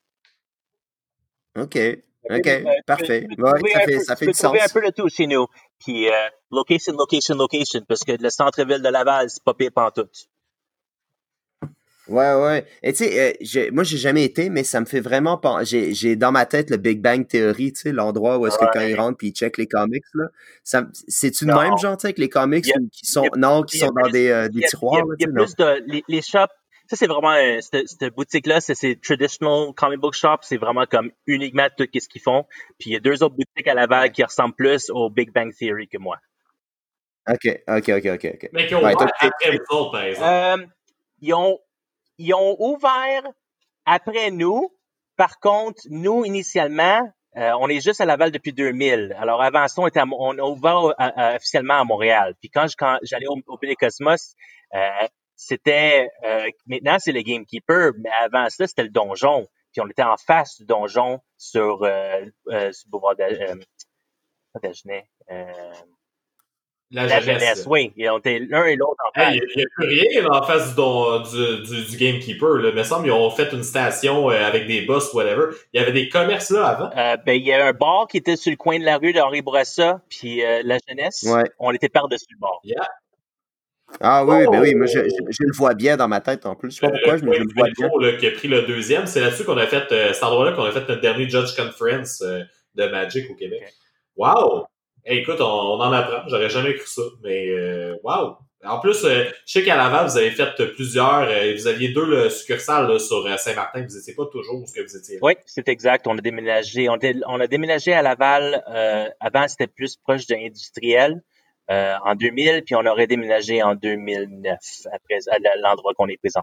OK. OK, euh, parfait. Tu peux, ouais, ça fait, peu, ça fait du sens. Tu peux trouver un peu de tout chez nous. Puis, euh, location, location, location, parce que le centre-ville de Laval, c'est pas pire pantoute. Ouais, ouais. Et tu sais, euh, moi, j'ai jamais été, mais ça me fait vraiment pas. J'ai, j'ai dans ma tête le Big Bang Theory, tu sais, l'endroit où est-ce ouais. que quand ils rentrent puis ils checkent les comics, là. Ça, c'est-tu de même, genre, tu sais, avec les comics a, qui sont, a, non, qui sont dans plus, des, euh, des a, tiroirs, là, tu sais, il y a plus de, les, les shops. Ça, c'est vraiment, euh, cette, cette boutique-là, c'est, c'est traditional comic book shop. C'est vraiment comme uniquement tout ce qu'ils font. Puis il y a deux autres boutiques à Laval qui ressemblent plus au Big Bang Theory que moi. OK, OK, OK, OK. okay. Mais qui ont ouvert après vous autres, par exemple. Euh, ils ont, ils ont ouvert après nous. Par contre, nous, initialement, euh, on est juste à Laval depuis deux mille. Alors, avant ça, on, était à, on a ouvert à, à, officiellement à Montréal. Puis quand, je, quand j'allais au, au BillyCosmos, euh, c'était euh, maintenant c'est le Gamekeeper, mais avant ça c'était le donjon. Puis on était en face du donjon sur euh, euh, sur le boulevard de euh, pas d'Agenais, euh, la, la jeunesse. jeunesse, oui. Et on était l'un et l'autre en face. Il n'y a, a plus rien en face du, don, du, du, du Gamekeeper. Là. Il me semble qu'ils ont fait une station euh, avec des boss, whatever. Il y avait des commerces là avant. Euh, ben il y a un bar qui était sur le coin de la rue de Henri Bourassa, puis euh, la jeunesse. Ouais. On était par-dessus le bar. Yeah. Ah oui, oh! ben oui, moi je, je, je le vois bien dans ma tête en plus. Je sais pas pourquoi, le, mais je le vois bien. Là, qui a pris le deuxième, c'est là-dessus qu'on a fait, euh, cet endroit-là qu'on a fait notre dernier Judge Conference euh, de Magic au Québec. Okay. Wow! Hey, écoute, on, on en apprend. J'aurais jamais cru ça, mais euh, wow! En plus, euh, je sais qu'à Laval, vous avez fait plusieurs, euh, vous aviez deux là, succursales là, sur euh, Saint-Martin, vous n'étiez pas toujours où ce que vous étiez là. Oui, c'est exact. On a déménagé. On, était, on a déménagé à Laval. Euh, avant, c'était plus proche de l'industriel. Euh, en deux mille, puis on aurait déménagé en deux mille neuf, après à l'endroit qu'on est présent.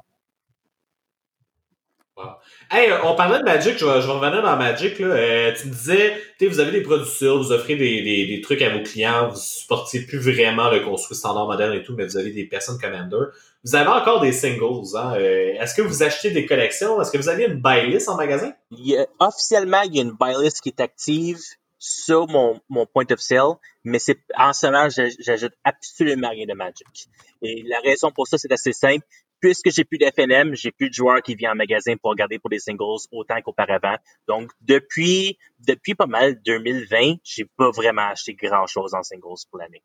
Wow. Hey, on parlait de Magic, je vais, je vais revenir dans Magic. Là. Euh, tu me disais, tu sais, vous avez des produits sûrs, vous offrez des, des, des trucs à vos clients, vous supportez plus vraiment le construit standard moderne et tout, mais vous avez des personnes Commander. Vous avez encore des singles. Hein? Euh, est-ce que vous achetez des collections? Est-ce que vous avez une buy list en magasin? Il y a, officiellement, il y a une buy list qui est active sur mon, mon point of sale, mais c'est en ce moment, j'ajoute absolument rien de Magic. Et la raison pour ça, c'est assez simple. Puisque j'ai plus d'F N M, j'ai plus de joueurs qui viennent en magasin pour regarder pour des singles autant qu'auparavant. Donc, depuis, depuis pas mal deux mille vingt, j'ai pas vraiment acheté grand chose en singles pour l'année.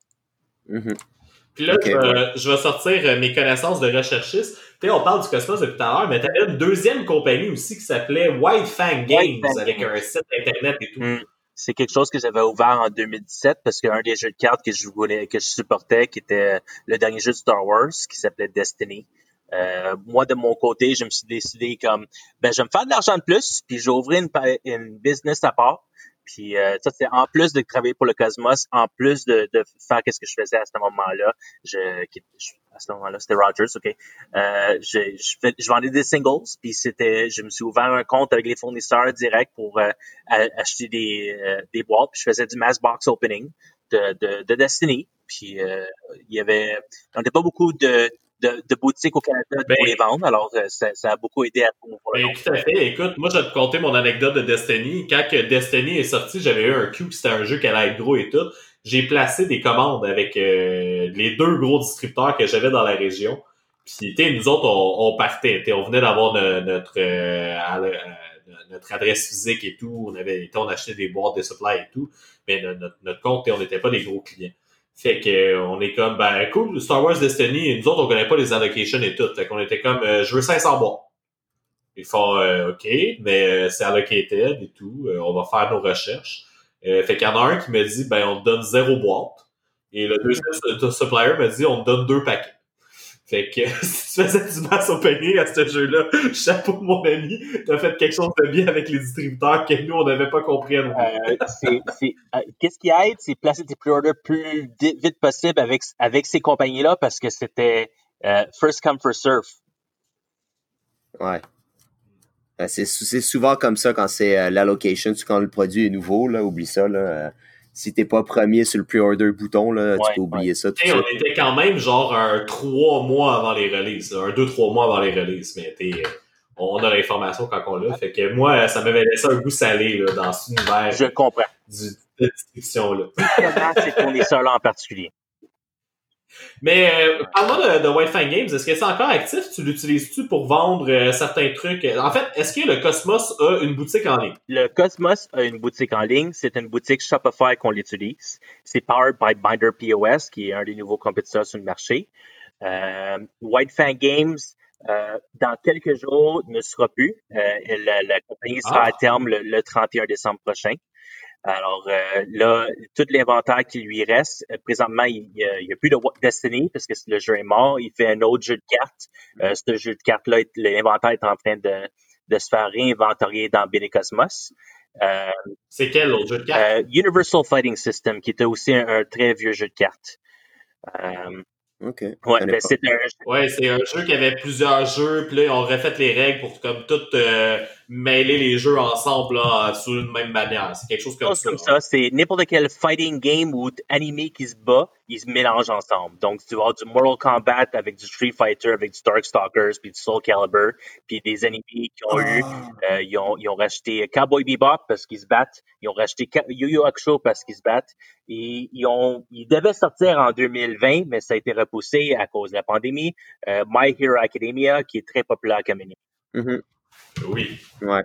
Mm-hmm. Puis là, okay, je, vais, ouais. je vais sortir mes connaissances de recherchiste. Tu sais, on parle du Cosmos depuis tout à l'heure, mais tu avais une deuxième compagnie aussi qui s'appelait White Fang Games, White Fang avec Games. Un site internet et tout. Mm. C'est quelque chose que j'avais ouvert en deux mille dix-sept parce qu'un des jeux de cartes que je voulais, que je supportais, qui était le dernier jeu de Star Wars, qui s'appelait Destiny. Euh, moi, de mon côté, je me suis décidé comme, ben, je vais me faire de l'argent de plus, puis j'ai ouvert une, une business à part. Puis euh, ça, c'est en plus de travailler pour le Cosmos, en plus de, de faire qu'est-ce que je faisais à ce moment-là. Je, je à ce moment-là, c'était Rogers, ok. Euh, je, je, fais, je vendais des singles, puis c'était, je me suis ouvert un compte avec les fournisseurs directs pour euh, acheter des, euh, des boîtes. Puis je faisais du mass box opening de, de, de Destiny. Puis euh, il y avait, on n'avait pas beaucoup de De, de boutiques au Canada ben, pour les vendre. Alors, ça, ça a beaucoup aidé à pour ben, le tout à fait. Écoute, moi, je vais te conter mon anecdote de Destiny. Quand que Destiny est sorti, j'avais eu un Q, c'était un jeu qui allait être gros et tout. J'ai placé des commandes avec euh, les deux gros distributeurs que j'avais dans la région. Puis, tu sais, nous autres, on, on partait. On venait d'avoir notre, notre, euh, notre adresse physique et tout. On avait, on achetait des boîtes de supply et tout. Mais notre, notre compte, on n'était pas des gros clients. Fait que on est comme, ben cool, Star Wars Destiny, nous autres, on connaît pas les allocations et tout. Fait qu'on était comme, euh, je veux cinq cents boîtes. Ils font, euh, OK, mais euh, c'est allocated et tout. Euh, on va faire nos recherches. Euh, fait qu'il y en a un qui me dit, ben on te donne zéro boîte. Et le deuxième supplier me dit, on te donne deux paquets. Fait que si tu faisais du mass opening à ce jeu-là, chapeau mon ami, t'as fait quelque chose de bien avec les distributeurs que nous, on n'avait pas compris à nous. Euh, c'est, c'est, euh, qu'est-ce qui aide, c'est placer tes pre-orders plus vite possible avec, avec ces compagnies-là parce que c'était euh, first come, first serve. Ouais. C'est, c'est souvent comme ça quand c'est euh, l'allocation, quand le produit est nouveau, là, oublie ça, là. Euh, si t'es pas premier sur le pre-order bouton, là, ouais, tu peux oublier ouais. ça. Tout Et ça. on était quand même genre un trois mois avant les releases, là, un deux, trois mois avant les releases, mais t'es, on a l'information quand on l'a. Fait que moi, ça m'avait laissé un goût salé là, dans cet univers Je comprends. Du, de distribution-là. Comment ces fournisseurs-là en particulier? Mais euh, parle-moi de, de White Fang Games. Est-ce que c'est encore actif? Tu l'utilises-tu pour vendre euh, certains trucs? En fait, est-ce que le Cosmos a une boutique en ligne? Le Cosmos a une boutique en ligne. C'est une boutique Shopify qu'on l'utilise. C'est powered by Binder P O S, qui est un des nouveaux compétiteurs sur le marché. Euh, White Fang Games, euh, dans quelques jours, ne sera plus. Euh, la, la compagnie sera ah. à terme le, le trente et un décembre prochain. Alors euh, là, tout l'inventaire qui lui reste, euh, présentement, il n'y a, a plus de Destiny parce que le jeu est mort. Il fait un autre jeu de cartes. Euh, ce jeu de cartes-là, l'inventaire est en train de, de se faire réinventorier dans Billy Cosmos. Euh, C'est quel autre jeu de cartes? Euh, Universal Fighting System, qui était aussi un, un très vieux jeu de cartes. Euh, OK. Ouais, ben c'est un... ouais, c'est un jeu qui avait plusieurs jeux, puis là, ils ont refait les règles pour comme tout euh, mêler les jeux ensemble là, sous une même manière. C'est quelque chose comme chose ça. Comme ça, c'est n'importe quel fighting game ou animé qui se bat, ils se mélangent ensemble. Donc, tu vas avoir du Mortal Kombat avec du Street Fighter, avec du Darkstalkers, puis du Soul Calibur, puis des animés qui ont oh. eu, euh, ils ont, ils ont racheté Cowboy Bebop parce qu'ils se battent, ils ont racheté Yu-Yu Hakusho parce qu'ils se battent, et ils ont, ils devaient sortir en deux mille vingt, mais ça a été repoussé à cause de la pandémie. Euh, My Hero Academia, qui est très populaire comme anime. Mm-hmm. Oui. Ouais.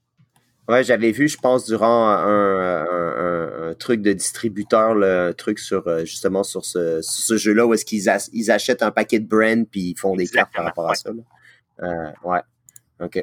Ouais, j'avais vu, je pense, durant un, un, un, un truc de distributeur, là, un truc sur justement sur ce, sur ce jeu-là où est-ce qu'ils as, ils achètent un paquet de brands puis ils font des Exactement, cartes par rapport ouais. à ça. Là. Euh, ouais. OK.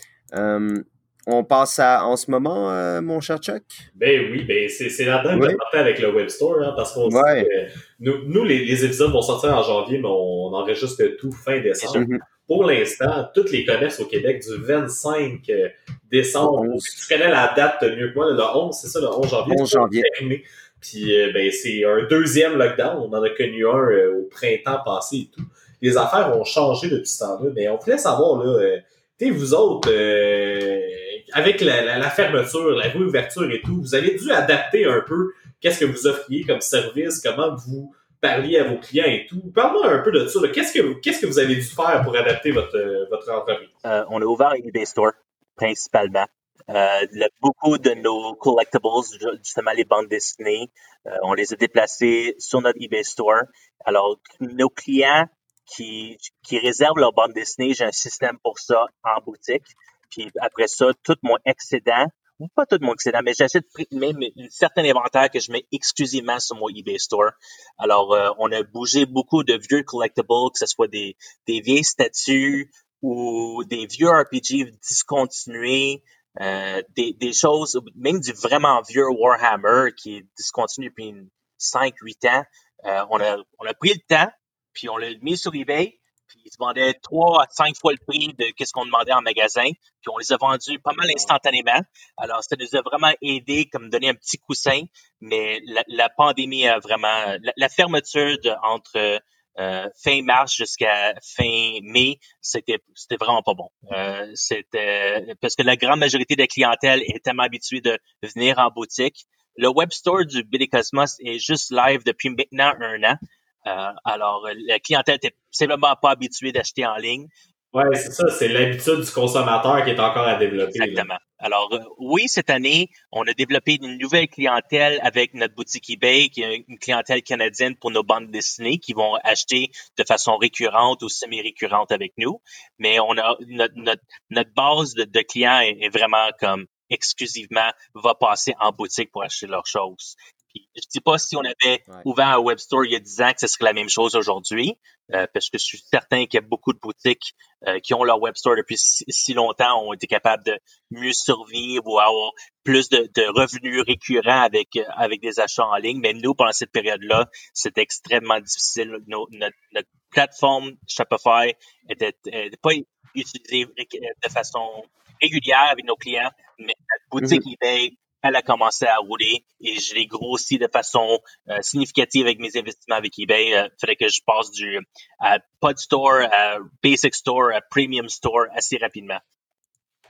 Um, on passe à en ce moment, euh, mon cher Chuck? Ben oui, ben c'est, c'est là-dedans que oui. je avec le Web Store, hein, parce qu'on ouais. dit que nous, nous les, les épisodes vont sortir en janvier, mais on enregistre tout fin décembre. Mm-hmm. Pour l'instant, tous les commerces au Québec du vingt-cinq décembre, tu connais la date mieux que moi, le onze, c'est ça, le onze janvier. onze janvier. Puis euh, ben, c'est un deuxième lockdown. On en a connu un euh, au printemps passé et tout. Les affaires ont changé depuis ce temps-là, mais on voulait savoir, là, euh, tu sais, vous autres, euh, avec la, la, la fermeture, la réouverture et tout, vous avez dû adapter un peu qu'est-ce que vous offriez comme service, comment vous parliez à vos clients et tout. Parle-moi un peu de ça. Là. Qu'est-ce que qu'est-ce que vous avez dû faire pour adapter votre euh, votre entreprise? Euh, on a ouvert un eBay Store principalement. Euh, le, beaucoup de nos collectibles, justement les bandes dessinées, euh, on les a déplacés sur notre eBay Store. Alors, nos clients qui qui réservent leurs bandes dessinées, j'ai un système pour ça en boutique. Puis après ça, tout mon excédent, ou pas tout mon excédent, mais j'achète même un certain inventaire que je mets exclusivement sur mon eBay Store. Alors, euh, on a bougé beaucoup de vieux collectibles, que ce soit des, des vieilles statues ou des vieux R P G discontinués, euh, des, des choses, même du vraiment vieux Warhammer qui est discontinu depuis cinq huit ans. Euh, on a, on a pris le temps, puis on l'a mis sur eBay. Puis ils se vendaient trois à cinq fois le prix de ce qu'on demandait en magasin. Puis on les a vendus pas mal instantanément. Alors, ça nous a vraiment aidé, comme donner un petit coussin. Mais la, la pandémie a vraiment... La, la fermeture de, entre euh, fin mars jusqu'à fin mai, c'était c'était vraiment pas bon. Euh, c'était parce que la grande majorité de la clientèle est tellement habituée de venir en boutique. Le web store du Billy Cosmos est juste live depuis maintenant un an. Euh, alors, la clientèle n'était simplement pas habituée d'acheter en ligne. Oui, c'est ça, c'est l'habitude du consommateur qui est encore à développer. Exactement. Là. Alors, euh, oui, cette année, on a développé une nouvelle clientèle avec notre boutique eBay, qui est une clientèle canadienne pour nos bandes dessinées qui vont acheter de façon récurrente ou semi-récurrente avec nous. Mais on a notre, notre, notre base de, de clients est, est vraiment comme exclusivement va passer en boutique pour acheter leurs choses. Je dis pas si on avait ouais. ouvert un web store il y a dix ans que ce serait la même chose aujourd'hui, euh, parce que je suis certain qu'il y a beaucoup de boutiques euh, qui ont leur web store depuis si, si longtemps, ont été capables de mieux survivre ou avoir plus de, de revenus récurrents avec avec des achats en ligne. Mais nous, pendant cette période-là, c'était extrêmement difficile. Nos, notre, notre plateforme Shopify était, était pas utilisée de façon régulière avec nos clients, mais notre boutique mm-hmm. eBay, elle a commencé à rouler et je l'ai grossi de façon euh, significative avec mes investissements avec eBay. Il euh, faudrait que je passe du à Pod Store, à Basic Store, à Premium Store assez rapidement.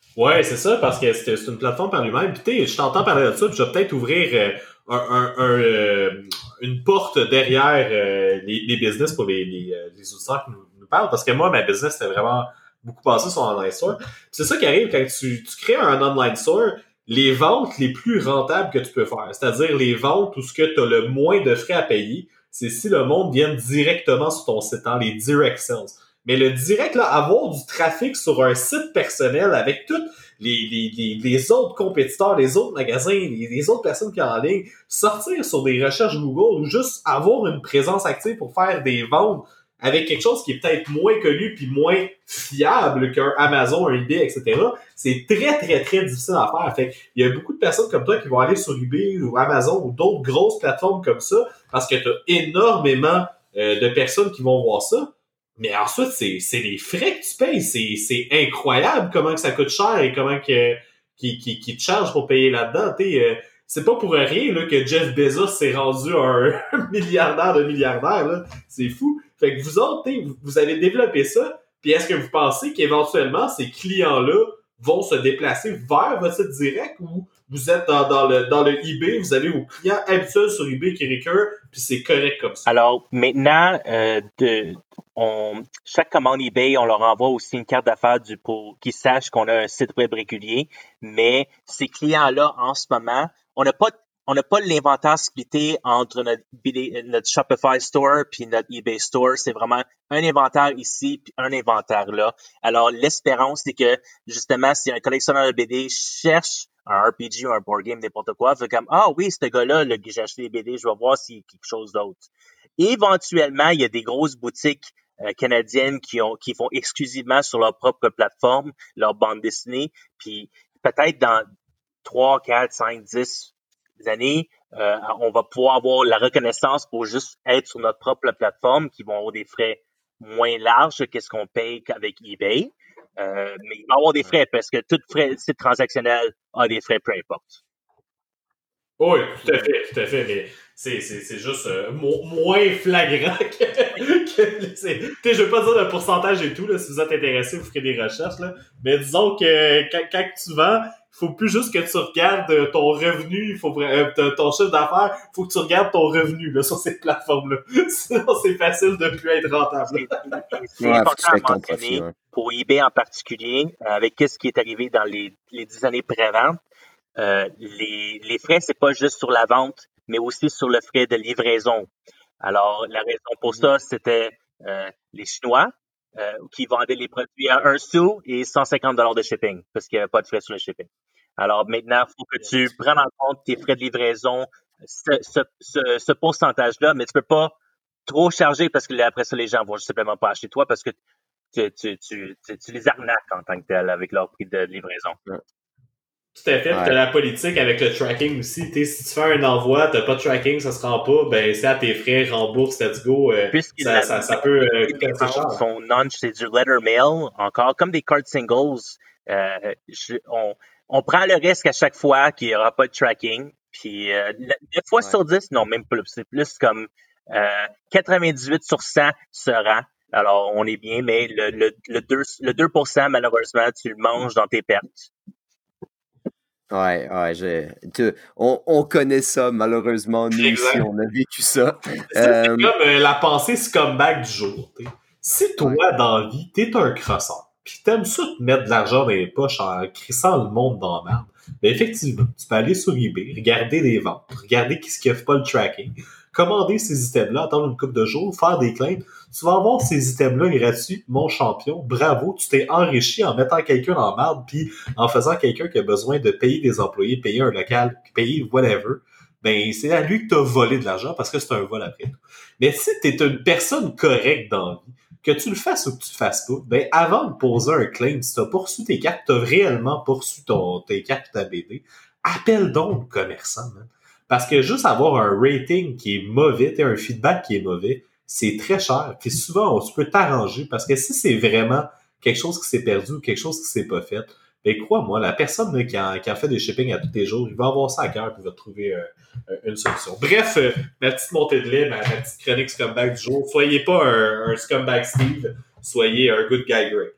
Ouais, c'est ça, parce que c'est, c'est une plateforme par lui-même. Puis tu sais, je t'entends parler de ça, puis je vais peut-être ouvrir euh, un, un, un, euh, une porte derrière euh, les, les business pour les, les, les auditeurs qui nous, nous parlent, parce que moi, ma business, c'était vraiment beaucoup passé sur online store. Puis c'est ça qui arrive quand tu, tu crées un online store, les ventes les plus rentables que tu peux faire, c'est-à-dire les ventes où ce que tu as le moins de frais à payer, c'est si le monde vient directement sur ton site, hein, les direct sales. Mais le direct, là, avoir du trafic sur un site personnel avec tous les, les, les, les autres compétiteurs, les autres magasins, les, les autres personnes qui sont en ligne, sortir sur des recherches Google ou juste avoir une présence active pour faire des ventes avec quelque chose qui est peut-être moins connu puis moins fiable qu'un Amazon, un eBay, et cetera, c'est très, très, très difficile à faire. Fait il y a beaucoup de personnes comme toi qui vont aller sur eBay ou Amazon ou d'autres grosses plateformes comme ça parce que tu as énormément euh, de personnes qui vont voir ça. Mais ensuite, c'est, c'est les frais que tu payes. C'est, c'est incroyable comment que ça coûte cher et comment que, qui, qui, qui te charge pour payer là-dedans. T'sais, euh, c'est pas pour rien là, que Jeff Bezos s'est rendu un milliardaire de milliardaire. Là. C'est fou. Fait que vous autres, vous, vous avez développé ça. Puis est-ce que vous pensez qu'éventuellement, ces clients-là vont se déplacer vers votre site direct ou vous êtes dans, dans le dans le eBay, vous avez vos clients habituels sur eBay qui récurrent, puis c'est correct comme ça? Alors, maintenant, euh, de, on, chaque commande eBay, on leur envoie aussi une carte d'affaires du, pour qu'ils sachent qu'on a un site web régulier. Mais ces clients-là, en ce moment, on n'a pas on n'a pas l'inventaire splitté entre notre, notre Shopify Store puis notre eBay Store. C'est vraiment un inventaire ici puis un inventaire là. Alors, l'espérance, c'est que, justement, si un collectionneur de B D cherche un R P G ou un board game, n'importe quoi, fait comme, ah oui, ce gars-là, là, que j'ai acheté des B D, je vais voir s'il y a quelque chose d'autre. Éventuellement, il y a des grosses boutiques euh, canadiennes qui ont qui font exclusivement sur leur propre plateforme, leur bande dessinée, puis peut-être dans trois, quatre, cinq, dix années, euh, on va pouvoir avoir la reconnaissance pour juste être sur notre propre plateforme, qui vont avoir des frais moins larges que ce qu'on paye avec eBay. Euh, mais il va y avoir des frais parce que tout frais, site transactionnel a des frais, peu importe. Oui, tout à fait, tout à fait, mais c'est, c'est, c'est juste euh, mo- moins flagrant que... que c'est, t'sais, je veux pas dire le pourcentage et tout, là, si vous êtes intéressé, vous ferez des recherches, là, mais disons que quand, quand tu vends, il faut plus juste que tu regardes ton revenu, il faut euh, ton chiffre d'affaires, il faut que tu regardes ton revenu là, sur cette plateforme-là. Sinon, c'est facile de plus être rentable. C'est, c'est ouais, important à mentionner, profit, ouais. Pour eBay en particulier, avec ce qui est arrivé dans les, les dix années pré-vente. Euh, les, les frais, c'est pas juste sur la vente, mais aussi sur le frais de livraison. Alors, la raison pour ça, c'était euh, les Chinois euh, qui vendaient les produits à un sou et cent cinquante dollars de shipping, parce qu'il n'y avait pas de frais sur le shipping. Alors, maintenant, il faut que tu prennes en compte tes frais de livraison, ce, ce, ce, ce pourcentage-là, mais tu peux pas trop charger parce que là, après ça, les gens vont simplement pas acheter toi parce que tu, tu, tu, tu, tu les arnaques en tant que tel avec leur prix de livraison. Ouais. Tout à fait. Ouais. Tu as la politique avec le tracking aussi. T'sais, si tu fais un envoi, tu n'as pas de tracking, ça se rend pas, ben c'est à tes frais, rembourse, let's go. Euh, ça, la, ça, ça peut euh, coûter assez cher. Son launch, c'est du letter mail, encore comme des cards singles. Euh, je, on, on prend le risque à chaque fois qu'il n'y aura pas de tracking. Puis euh, neuf fois ouais. sur dix, non, même plus. C'est plus comme euh, quatre-vingt-dix-huit sur cent sera. Alors, on est bien, mais le, le, le, deux, le deux pour cent, malheureusement, tu le manges dans tes pertes. Ouais, ouais, j'ai, tu, on, on connaît ça, malheureusement, nous exact. Aussi, on a vécu ça. C'est euh, comme euh, la pensée scumbag du jour. T'sais. Si toi, ouais. dans la vie, t'es un crosseur, pis t'aimes ça te mettre de l'argent dans les poches en crissant le monde dans la merde, ben effectivement, tu peux aller sur eBay, regarder les ventes, regarder qui ce qui offre pas le tracking, commander ces items-là, attendre une couple de jours, faire des claims. Tu vas avoir ces items-là gratuits, mon champion. Bravo, tu t'es enrichi en mettant quelqu'un en marde, puis en faisant quelqu'un qui a besoin de payer des employés, payer un local, payer whatever. Ben, c'est à lui que t'as volé de l'argent parce que c'est un vol après tout. Mais si t'es une personne correcte dans la vie, que tu le fasses ou que tu le fasses pas, ben, avant de poser un claim, si t'as poursu tes cartes, t'as réellement poursu ton, tes cartes ou ta B D, appelle donc le commerçant, man. Parce que juste avoir un rating qui est mauvais, un feedback qui est mauvais, c'est très cher. Puis souvent, on, tu peux t'arranger parce que si c'est vraiment quelque chose qui s'est perdu ou quelque chose qui s'est pas fait, ben crois-moi, la personne là, qui, en, qui en fait des shipping à tous les jours, il va avoir ça à cœur et il va trouver euh, une solution. Bref, euh, ma petite montée de lait, ma, ma petite chronique scumbag du jour. Soyez pas un, un scumbag Steve, soyez un good guy Greg.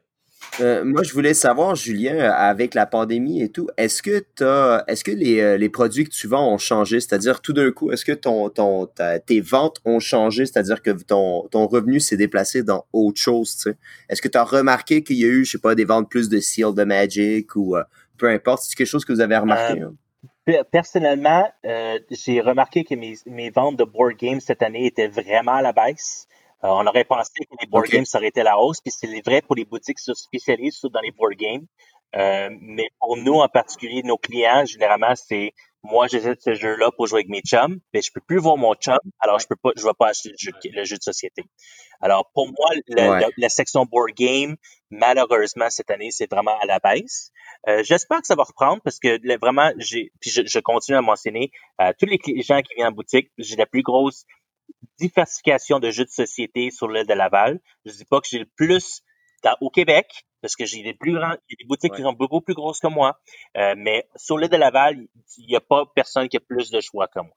Euh, moi, je voulais savoir, Julien, euh, avec la pandémie et tout, est-ce que t'as, est-ce que les, euh, les produits que tu vends ont changé? C'est-à-dire, tout d'un coup, est-ce que ton, ton, ta- tes ventes ont changé? C'est-à-dire que ton, ton revenu s'est déplacé dans autre chose, tu sais? Est-ce que tu as remarqué qu'il y a eu, je sais pas, des ventes plus de Seal de Magic ou euh, peu importe? C'est quelque chose que vous avez Euh, remarqué, hein? Personnellement, euh, j'ai remarqué que mes, mes ventes de board games cette année étaient vraiment à la baisse. Euh, on aurait pensé que les board OK. games ça aurait été à la hausse, puis c'est vrai pour les boutiques qui se spécialisent sur- dans les board games. Euh, mais pour nous, en particulier, nos clients, généralement, c'est moi, j'essaie de ce jeu-là pour jouer avec mes chums, mais je peux plus voir mon chum, alors Ouais. je peux pas, je vais pas acheter le jeu, de- le jeu de société. Alors, pour moi, la, Ouais. la- la section board game, malheureusement, cette année, c'est vraiment à la baisse. Euh, j'espère que ça va reprendre parce que là, vraiment, j'ai, puis je, je continue à mentionner, euh, tous les cli- gens qui viennent en boutique, j'ai la plus grosse diversification de jeux de société sur l'île de Laval. Je dis pas que j'ai le plus dans- au Québec, parce que j'ai des plus grands, il y a des boutiques qui Ouais. sont beaucoup plus grosses que moi, euh, mais sur l'île de Laval, il n'y a pas personne qui a plus de choix que moi.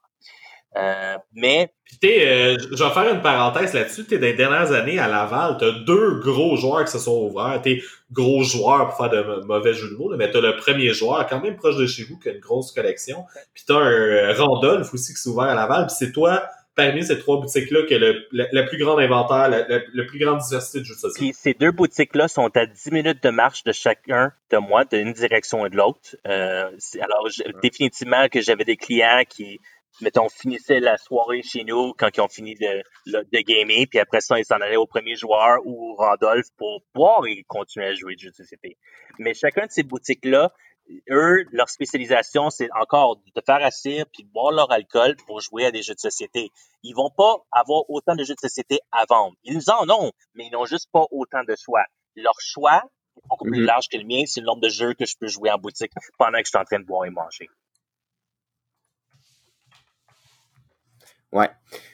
Euh, mais Puis t'es, euh, je vais faire une parenthèse là-dessus. T'es des dernières années à Laval, t'as deux gros joueurs qui se sont ouverts. T'es gros joueur pour faire de m- mauvais jeux de mots, là, mais t'as le premier joueur quand même proche de chez vous qui a une grosse collection. Puis t'as un euh, Randolph aussi qui s'est ouvert à Laval. Puis c'est toi, parmi ces trois boutiques-là, qui a le, le, le plus grand inventaire, le, le, le plus grande diversité de jeux de société. puis ces deux boutiques-là sont à dix minutes de marche de chacun de moi, d'une direction et de l'autre. Euh, c'est- alors, je- Ouais. définitivement que j'avais des clients qui, mettons, finissaient la soirée chez nous quand ils ont fini de, de, de gamer, puis après ça, ils s'en allaient au premier joueur ou au Randolph pour boire et continuer à jouer de jeux de société. Mais chacun de ces boutiques-là, eux, leur spécialisation, c'est encore de faire assire puis de boire leur alcool pour jouer à des jeux de société. Ils vont pas avoir autant de jeux de société à vendre. Ils en ont, mais ils n'ont juste pas autant de choix. Leur choix est beaucoup plus Mhm. large que le mien. C'est le nombre de jeux que je peux jouer en boutique pendant que je suis en train de boire et manger. Ouais.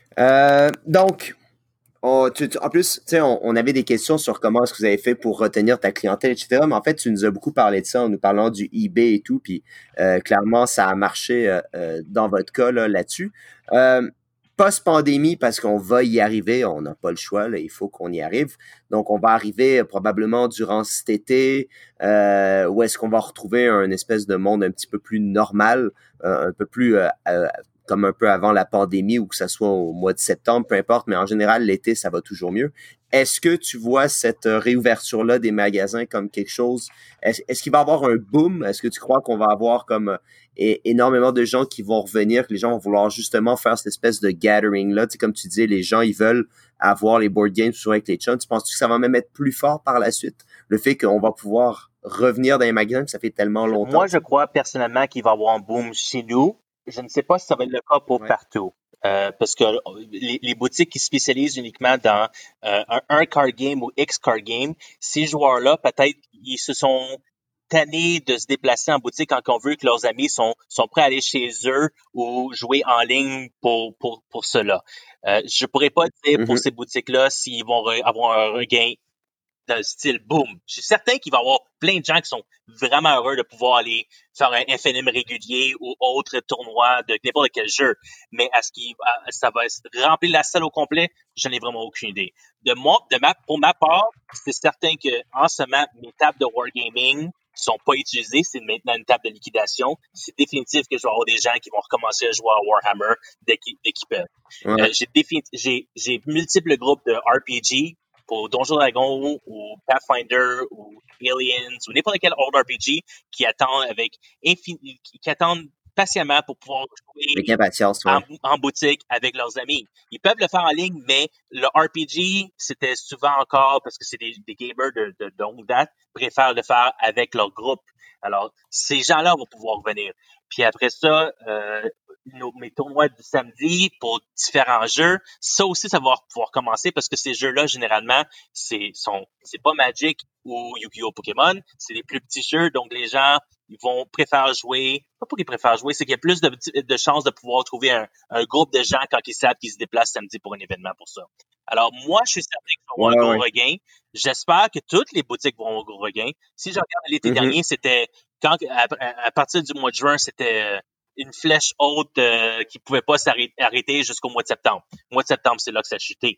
Euh, donc, on, tu- tu- en plus, tu sais, on, on avait des questions sur comment est-ce que vous avez fait pour retenir ta clientèle, et cetera. Mais en fait, tu nous as beaucoup parlé de ça en nous parlant du eBay et tout. Puis euh, clairement, ça a marché euh, euh, dans votre cas là, là-dessus. Euh, Post-pandémie, parce qu'on va y arriver, on n'a pas le choix, là, il faut qu'on y arrive. Donc, on va arriver euh, probablement durant cet été, euh, où est-ce qu'on va retrouver un espèce de monde un petit peu plus normal, euh, un peu plus euh, euh, comme un peu avant la pandémie ou que ça soit au mois de septembre, peu importe, mais en général, l'été, ça va toujours mieux. Est-ce que tu vois cette réouverture-là des magasins comme quelque chose? Est-ce, est-ce qu'il va y avoir un boom? Est-ce que tu crois qu'on va avoir comme é- énormément de gens qui vont revenir, que les gens vont vouloir justement faire cette espèce de gathering-là? Tu sais, comme tu dis, les gens, ils veulent avoir les board games sur avec les chums. Tu penses que ça va même être plus fort par la suite? Le fait qu'on va pouvoir revenir dans les magasins, que ça fait tellement longtemps. Moi, je crois personnellement qu'il va y avoir un boom chez nous. Je ne sais pas si ça va être le cas pour Ouais. partout. Euh, parce que les, les boutiques qui spécialisent uniquement dans euh, un, un card game ou X card game, ces joueurs-là, peut-être, ils se sont tannés de se déplacer en boutique quand on veut que leurs amis sont, sont prêts à aller chez eux ou jouer en ligne pour, pour, pour cela. Euh, je pourrais pas dire pour Mhm. ces boutiques-là s'ils vont re- avoir un regain de style boom. Je suis certain qu'il va y avoir plein de gens qui sont vraiment heureux de pouvoir aller faire un F N M régulier ou autre tournoi de n'importe quel jeu. Mais est-ce qu'il va- ça va remplir la salle au complet? Je n'ai vraiment aucune idée. De moi, de ma, pour ma part, c'est certain que en ce moment, mes tables de wargaming sont pas utilisées. C'est maintenant une table de liquidation. C'est définitif que je vais avoir des gens qui vont recommencer à jouer à Warhammer dès qu'ils, dès qu'ils peuvent. Ouais. Euh, j'ai, défini- j'ai, j'ai multiples groupes de R P G pour Donjons Dragons ou Pathfinder ou Aliens ou n'importe quel autre R P G qui attendent avec infini, qui attendent patiemment pour pouvoir jouer Avec impatience, ouais. en, en boutique avec leurs amis. Ils peuvent le faire en ligne, mais le R P G, c'était souvent encore, parce que c'est des, des gamers de, de, de longue date, préfèrent le faire avec leur groupe. Alors, ces gens-là vont pouvoir venir. Puis après ça, euh, nos, mes tournois du samedi pour différents jeux, ça aussi, ça va pouvoir commencer parce que ces jeux-là, généralement, c'est sont c'est pas Magic ou Yu-Gi-Oh! Pokémon, c'est des plus petits jeux, donc les gens ils vont préférer jouer, pas pour qu'ils préfèrent jouer, c'est qu'il y a plus de, de chances de pouvoir trouver un, un groupe de gens quand ils savent qu'ils se déplacent samedi pour un événement pour ça. Alors, moi, je suis certain qu'il va y avoir Ouais, un gros ouais. regain. J'espère que toutes les boutiques vont avoir un gros regain. Si je regarde l'été Mhm. dernier, c'était quand à, à partir du mois de juin, c'était une flèche haute euh, qui pouvait pas s'arrêter jusqu'au mois de septembre. Le mois de septembre, c'est là que ça a chuté.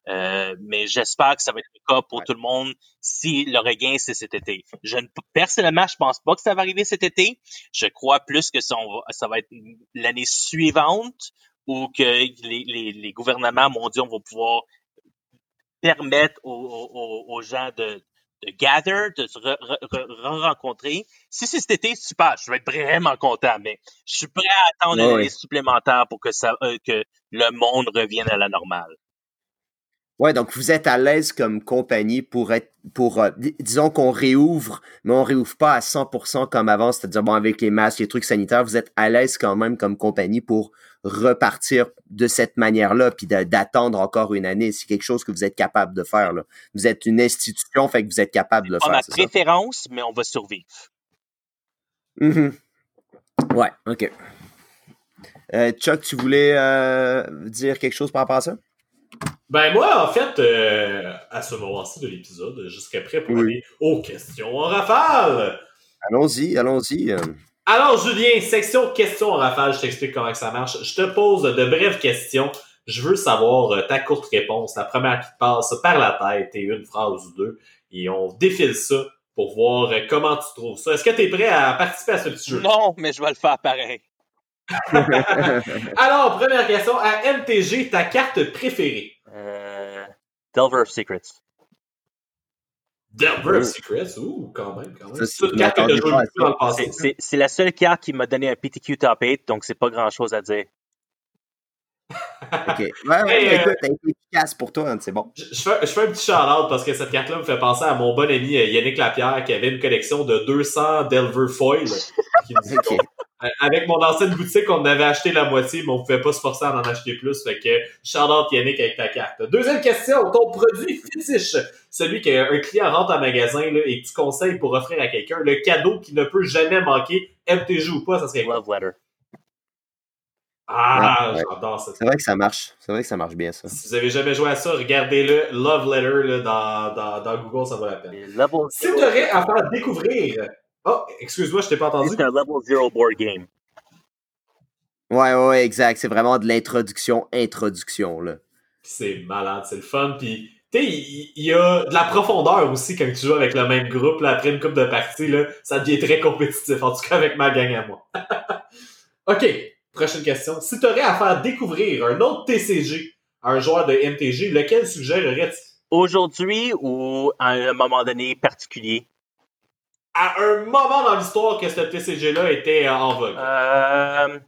Euh, mais j'espère que ça va être le cas pour ouais. tout le monde si le regain, c'est cet été. Je ne, personnellement, je pense pas que ça va arriver cet été. Je crois plus que ça, on va, ça va être l'année suivante où que les, les, les gouvernements mondiaux vont pouvoir permettre aux, aux, aux gens de, de gather, de se re, re, re, rencontrer. Si c'est cet été, super, je vais être vraiment content, mais je suis prêt à attendre oh, une année oui. supplémentaire pour que ça, euh, que le monde revienne à la normale. Ouais, donc vous êtes à l'aise comme compagnie pour être, pour, euh, disons qu'on réouvre, mais on réouvre pas à cent pour cent comme avant, c'est-à-dire bon avec les masques, les trucs sanitaires, vous êtes à l'aise quand même comme compagnie pour repartir de cette manière-là, puis de, d'attendre encore une année. C'est quelque chose que vous êtes capable de faire là. Vous êtes une institution, fait que vous êtes capable de le faire. On a préférence, mais on va survivre. Mm-hmm. Ouais, ok. Euh, Chuck, tu voulais euh, dire quelque chose par rapport à ça? Ben moi, en fait, euh, à ce moment-ci de l'épisode, je serais prêt pour oui. aller aux questions en rafale. Allons-y, allons-y. Alors, Julien, section questions en rafale, je t'explique comment ça marche. Je te pose de brèves questions. Je veux savoir ta courte réponse, la première qui te passe par la tête et une phrase ou deux. Et on défile ça pour voir comment tu trouves ça. Est-ce que tu es prêt à participer à ce petit jeu? Non, mais je vais le faire pareil. Alors, première question. À M T G, ta carte préférée? Euh, Delver of Secrets. Delver of Secrets? Ouh, quand même, quand même. Ça, c'est une carte que tu as joué beaucoup dans le passé. C'est, c'est, c'est la seule carte qui m'a donné un P T Q Top huit, donc c'est pas grand-chose à dire. OK. Ouais, ouais, hey, écoute, t'as été efficace pour toi, hein, c'est bon. Je, je, fais, je fais un petit shout-out parce que cette carte-là me fait penser à mon bon ami Yannick Lapierre qui avait une collection de deux cents Delver Foil. Qui me dit okay. Avec mon ancienne boutique, on avait acheté la moitié, mais on pouvait pas se forcer à en acheter plus. Fait que shout-out Yannick avec ta carte. Deuxième question, ton produit fétiche. Celui qu'un client rentre en magasin là, et que tu conseilles pour offrir à quelqu'un, le cadeau qui ne peut jamais manquer, M T G ou pas, ça serait quoi? Love Letter. Ah, ouais, j'adore ça. C'est vrai que ça marche. C'est vrai que ça marche bien, ça. Si vous avez jamais joué à ça, regardez-le. Love Letter là, dans, dans, dans Google, ça vaut la peine. Si tu aurais à faire découvrir... Oh, excuse-moi, je t'ai pas entendu. C'est un level zero board game. Ouais, ouais, ouais, exact. C'est vraiment de l'introduction, introduction, là. C'est malade, c'est le fun. Puis, tu sais, il y, y a de la profondeur aussi quand tu joues avec le même groupe. Là, après une couple de parties, là, ça devient très compétitif. En tout cas, avec ma gang à moi. OK, prochaine question. Si tu aurais à faire découvrir un autre T C G à un joueur de M T G, lequel suggérerais-tu? Aujourd'hui ou à un moment donné particulier? À un moment dans l'histoire que ce T C G-là était en vogue? Euh...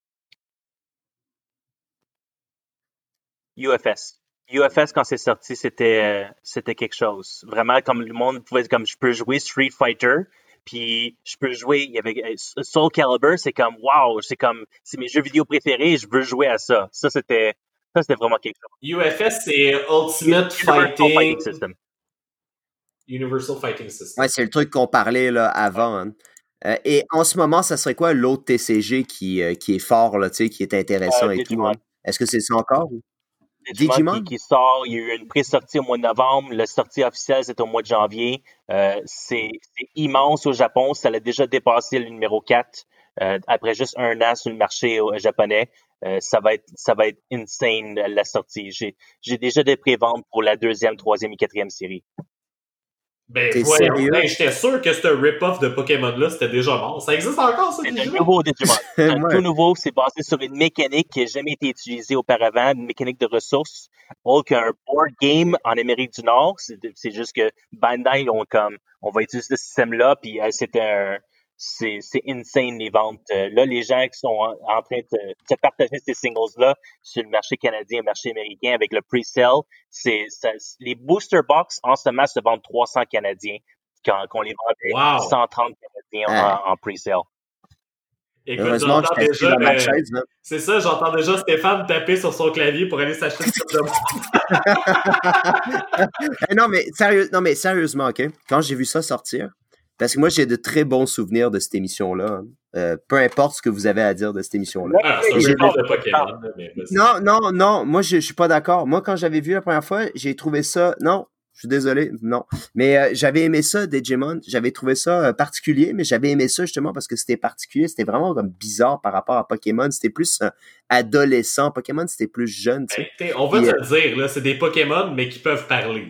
U F S. U F S, quand c'est sorti, c'était, c'était quelque chose. Vraiment, comme le monde pouvait, comme je peux jouer Street Fighter, puis je peux jouer, il y avait Soul Calibur, c'est comme, wow, c'est comme, c'est mes jeux vidéo préférés, je veux jouer à ça. Ça, c'était, ça, c'était vraiment quelque chose. U F S, c'est Ultimate Fighting... Fighting System. Universal Fighting System. Ouais, c'est le truc qu'on parlait là, avant. Hein. Euh, et en ce moment, ça serait quoi l'autre T C G qui, euh, qui est fort, là, qui est intéressant euh, et tout? Hein? Est-ce que c'est ça encore? Digimon, Digimon? Qui, qui sort, il y a eu une pré-sortie au mois de novembre, la sortie officielle c'est au mois de janvier. Euh, c'est, c'est immense au Japon, ça a déjà dépassé le numéro quatre euh, après juste un an sur le marché euh, japonais. Euh, ça va être ça va être insane la sortie. J'ai, j'ai déjà des pré-ventes pour la deuxième, troisième et quatrième série. Ben, ouais, ben, j'étais sûr que ce rip-off de Pokémon-là, c'était déjà mort. Ça existe encore, ça, c'est déjà? un nouveau Digimon. C'est un ouais. tout nouveau. C'est basé sur une mécanique qui n'a jamais été utilisée auparavant, une mécanique de ressources. Autre qu'un board game en Amérique du Nord. C'est, c'est juste que Bandai, ont comme, on va utiliser ce système-là, puis euh, c'était un, c'est, c'est insane, les ventes. Euh, là, les gens qui sont en, en train de, de partager ces singles-là sur le marché canadien et le marché américain avec le pre-sale, c'est, ça, les booster box, en ce moment, se vendent trois cents Canadiens quand, qu'on les vend avec wow. cent trente Canadiens ah. en, en pre-sale. Écoute, j'entends déjà, euh, chaise, c'est ça, j'entends déjà Stéphane taper sur son clavier pour aller s'acheter ce de non, mais sérieux, non, mais sérieusement, OK? Quand j'ai vu ça sortir, parce que moi, j'ai de très bons souvenirs de cette émission-là. Hein. Euh, peu importe ce que vous avez à dire de cette émission-là. Ah, c'est un jeu de Pokémon. Mais non, non, non. Moi, je, je suis pas d'accord. Moi, quand j'avais vu la première fois, j'ai trouvé ça... Non, Je suis désolé, non. Mais euh, j'avais aimé ça, Digimon. J'avais trouvé ça euh, particulier, mais j'avais aimé ça justement parce que c'était particulier. C'était vraiment comme bizarre par rapport à Pokémon. C'était plus euh, adolescent. Pokémon, c'était plus jeune, tu sais. Ben, on va Puis, te euh, le dire, là, c'est des Pokémon, mais qui peuvent parler.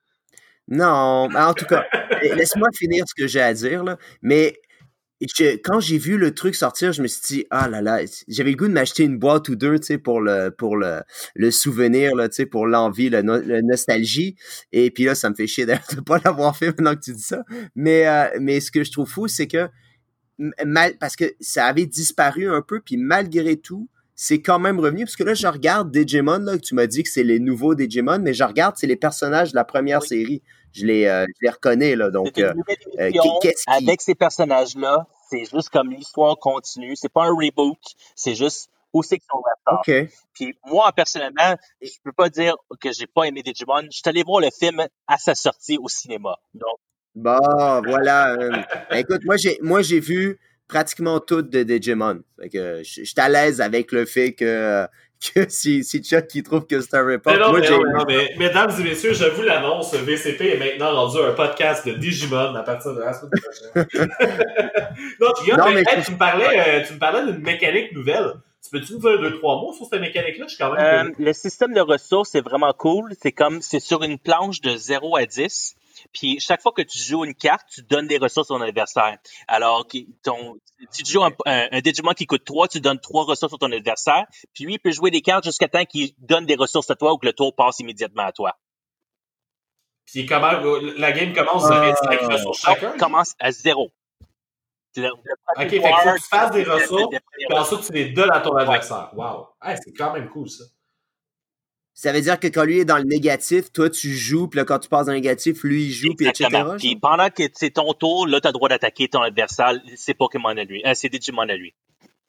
non, en tout cas, laisse-moi finir ce que j'ai à dire, là. Mais je, quand j'ai vu le truc sortir, je me suis dit, ah là là, j'avais le goût de m'acheter une boîte ou deux, tu sais, pour le, pour le, le souvenir, là, tu sais, pour l'envie, la no, le nostalgie. Et puis là, ça me fait chier d'ailleurs de pas l'avoir fait maintenant que tu dis ça. Mais, euh, mais ce que je trouve fou, c'est que, mal, parce que ça avait disparu un peu, puis malgré tout, c'est quand même revenu, parce que là, je regarde Digimon, là, que tu m'as dit que c'est les nouveaux Digimon, mais je regarde, c'est les personnages de la première oui. série. Je les, euh, je les reconnais, là, donc... C'est une euh, nouvelle émission euh, qu'est-ce qui... avec ces personnages-là, c'est juste comme l'histoire continue, c'est pas un reboot, c'est juste où c'est qu'ils sont rapports. OK. Puis moi, personnellement, je peux pas dire que j'ai pas aimé Digimon. Je suis allé voir le film à sa sortie au cinéma, donc... Bon, voilà. Euh, écoute, moi, j'ai, moi, j'ai vu pratiquement tout de Digimon. Fait que je suis à l'aise avec le fait que... que si, si Chuck qui trouve que c'est un report. Mais non, moi, mais, j'ai... non, mais, non, mais mesdames et messieurs, je vous l'annonce, V C P est maintenant rendu un podcast de Digimon à partir de la semaine prochaine. non, tu, non, mais hey, tu, me parlais, euh, tu me parlais d'une mécanique nouvelle. Tu peux-tu nous dire deux, trois mots sur cette mécanique-là? Je suis quand même. Euh, le système de ressources est vraiment cool. C'est comme, c'est sur une planche de zéro à dix. Puis chaque fois que tu joues une carte, tu donnes des ressources à ton adversaire. Alors, ton, si tu joues un, un, un Digimon qui coûte trois, tu donnes trois ressources à ton adversaire. Puis lui, il peut jouer des cartes jusqu'à temps qu'il donne des ressources à toi ou que le tour passe immédiatement à toi. Puis comment la game commence à cinq euh, ressources chacun? Elle commence à zéro. Le, le OK, fait qu'il faut que tu fasses des ressources, puis ensuite tu les donnes à ton adversaire. Ouais. Wow! Hey, c'est quand même cool, ça. Ça veut dire que quand lui est dans le négatif, toi, tu joues, puis là, quand tu passes dans le négatif, lui, il joue, puis et cetera. Puis pendant que c'est ton tour, là, tu as le droit d'attaquer ton adversaire. C'est Pokémon à lui. Euh, c'est Digimon à lui.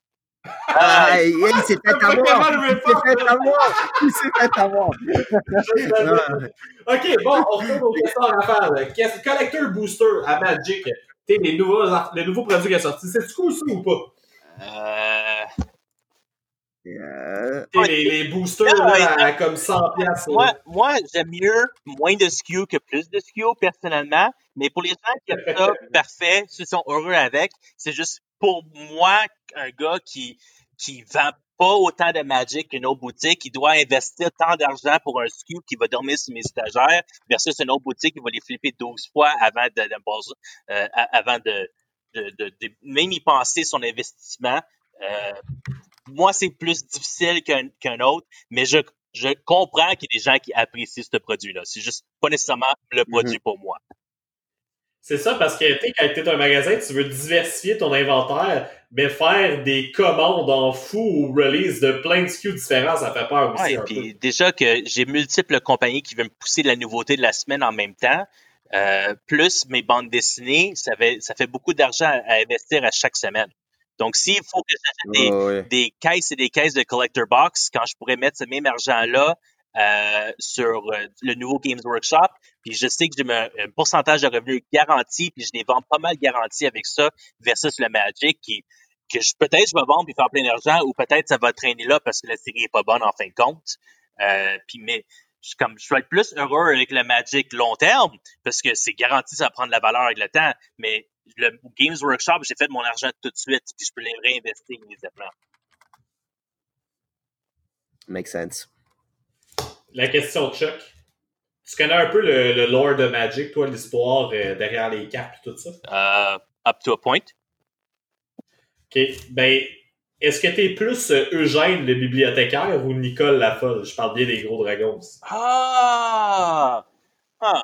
Ah, euh, il s'est fait avoir! Il s'est fait avoir! Il s'est fait avoir! OK, bon, on retourne aux questions à Raphaël. Collector Booster à Magic. T'es les nouveaux, les nouveaux produits qui sont sortis. C'est-tu cool, ça, ou pas? Euh... Euh... Les, les boosters là, à comme cent piastres. Moi, moi, j'aime mieux moins de S K U que plus de S K U, personnellement. Mais pour les gens qui aiment ça, parfait, ceux qui sont heureux avec, c'est juste pour moi, un gars qui qui vend pas autant de Magic qu'une autre boutique, il doit investir tant d'argent pour un S K U qui va dormir sur mes stagiaires versus une autre boutique qui va les flipper douze fois avant de, de, euh, avant de, de, de, de même y penser son investissement. Euh, Moi, c'est plus difficile qu'un, qu'un autre, mais je, je comprends qu'il y a des gens qui apprécient ce produit-là. C'est juste pas nécessairement le produit mm-hmm. pour moi. C'est ça, parce que tu quand tu es un magasin, tu veux diversifier ton inventaire, mais faire des commandes en fou ou release de plein de S K U différents, ça fait peur aussi. Ouais, un puis peu. Déjà que j'ai multiples compagnies qui veulent me pousser de la nouveauté de la semaine en même temps, euh, plus mes bandes dessinées, ça fait, ça fait beaucoup d'argent à, à investir à chaque semaine. Donc, s'il faut que j'achète des, oh, oui. des caisses et des caisses de Collector Box, quand je pourrais mettre ce même argent-là euh, sur euh, le nouveau Games Workshop, puis je sais que j'ai un, un pourcentage de revenus garanti, puis je les vends pas mal garantis avec ça, versus le Magic, qui que je, peut-être je vais vendre puis faire plein d'argent, ou peut-être ça va traîner là parce que la série est pas bonne en fin de compte. Euh, puis mais je, comme, je vais être plus heureux avec le Magic long terme, parce que c'est garanti ça va prendre de la valeur avec le temps, mais le Games Workshop, j'ai fait mon argent tout de suite, puis je peux les réinvestir immédiatement. Makes sense. La question de Chuck. Tu connais un peu le, le lore de Magic, toi, l'histoire euh, derrière les cartes et tout ça? Uh, up to a point. OK. Ben, est-ce que t'es plus euh, Eugène, le bibliothécaire, ou Nicole la folle? Je parle bien des gros dragons aussi. Ah! Ah!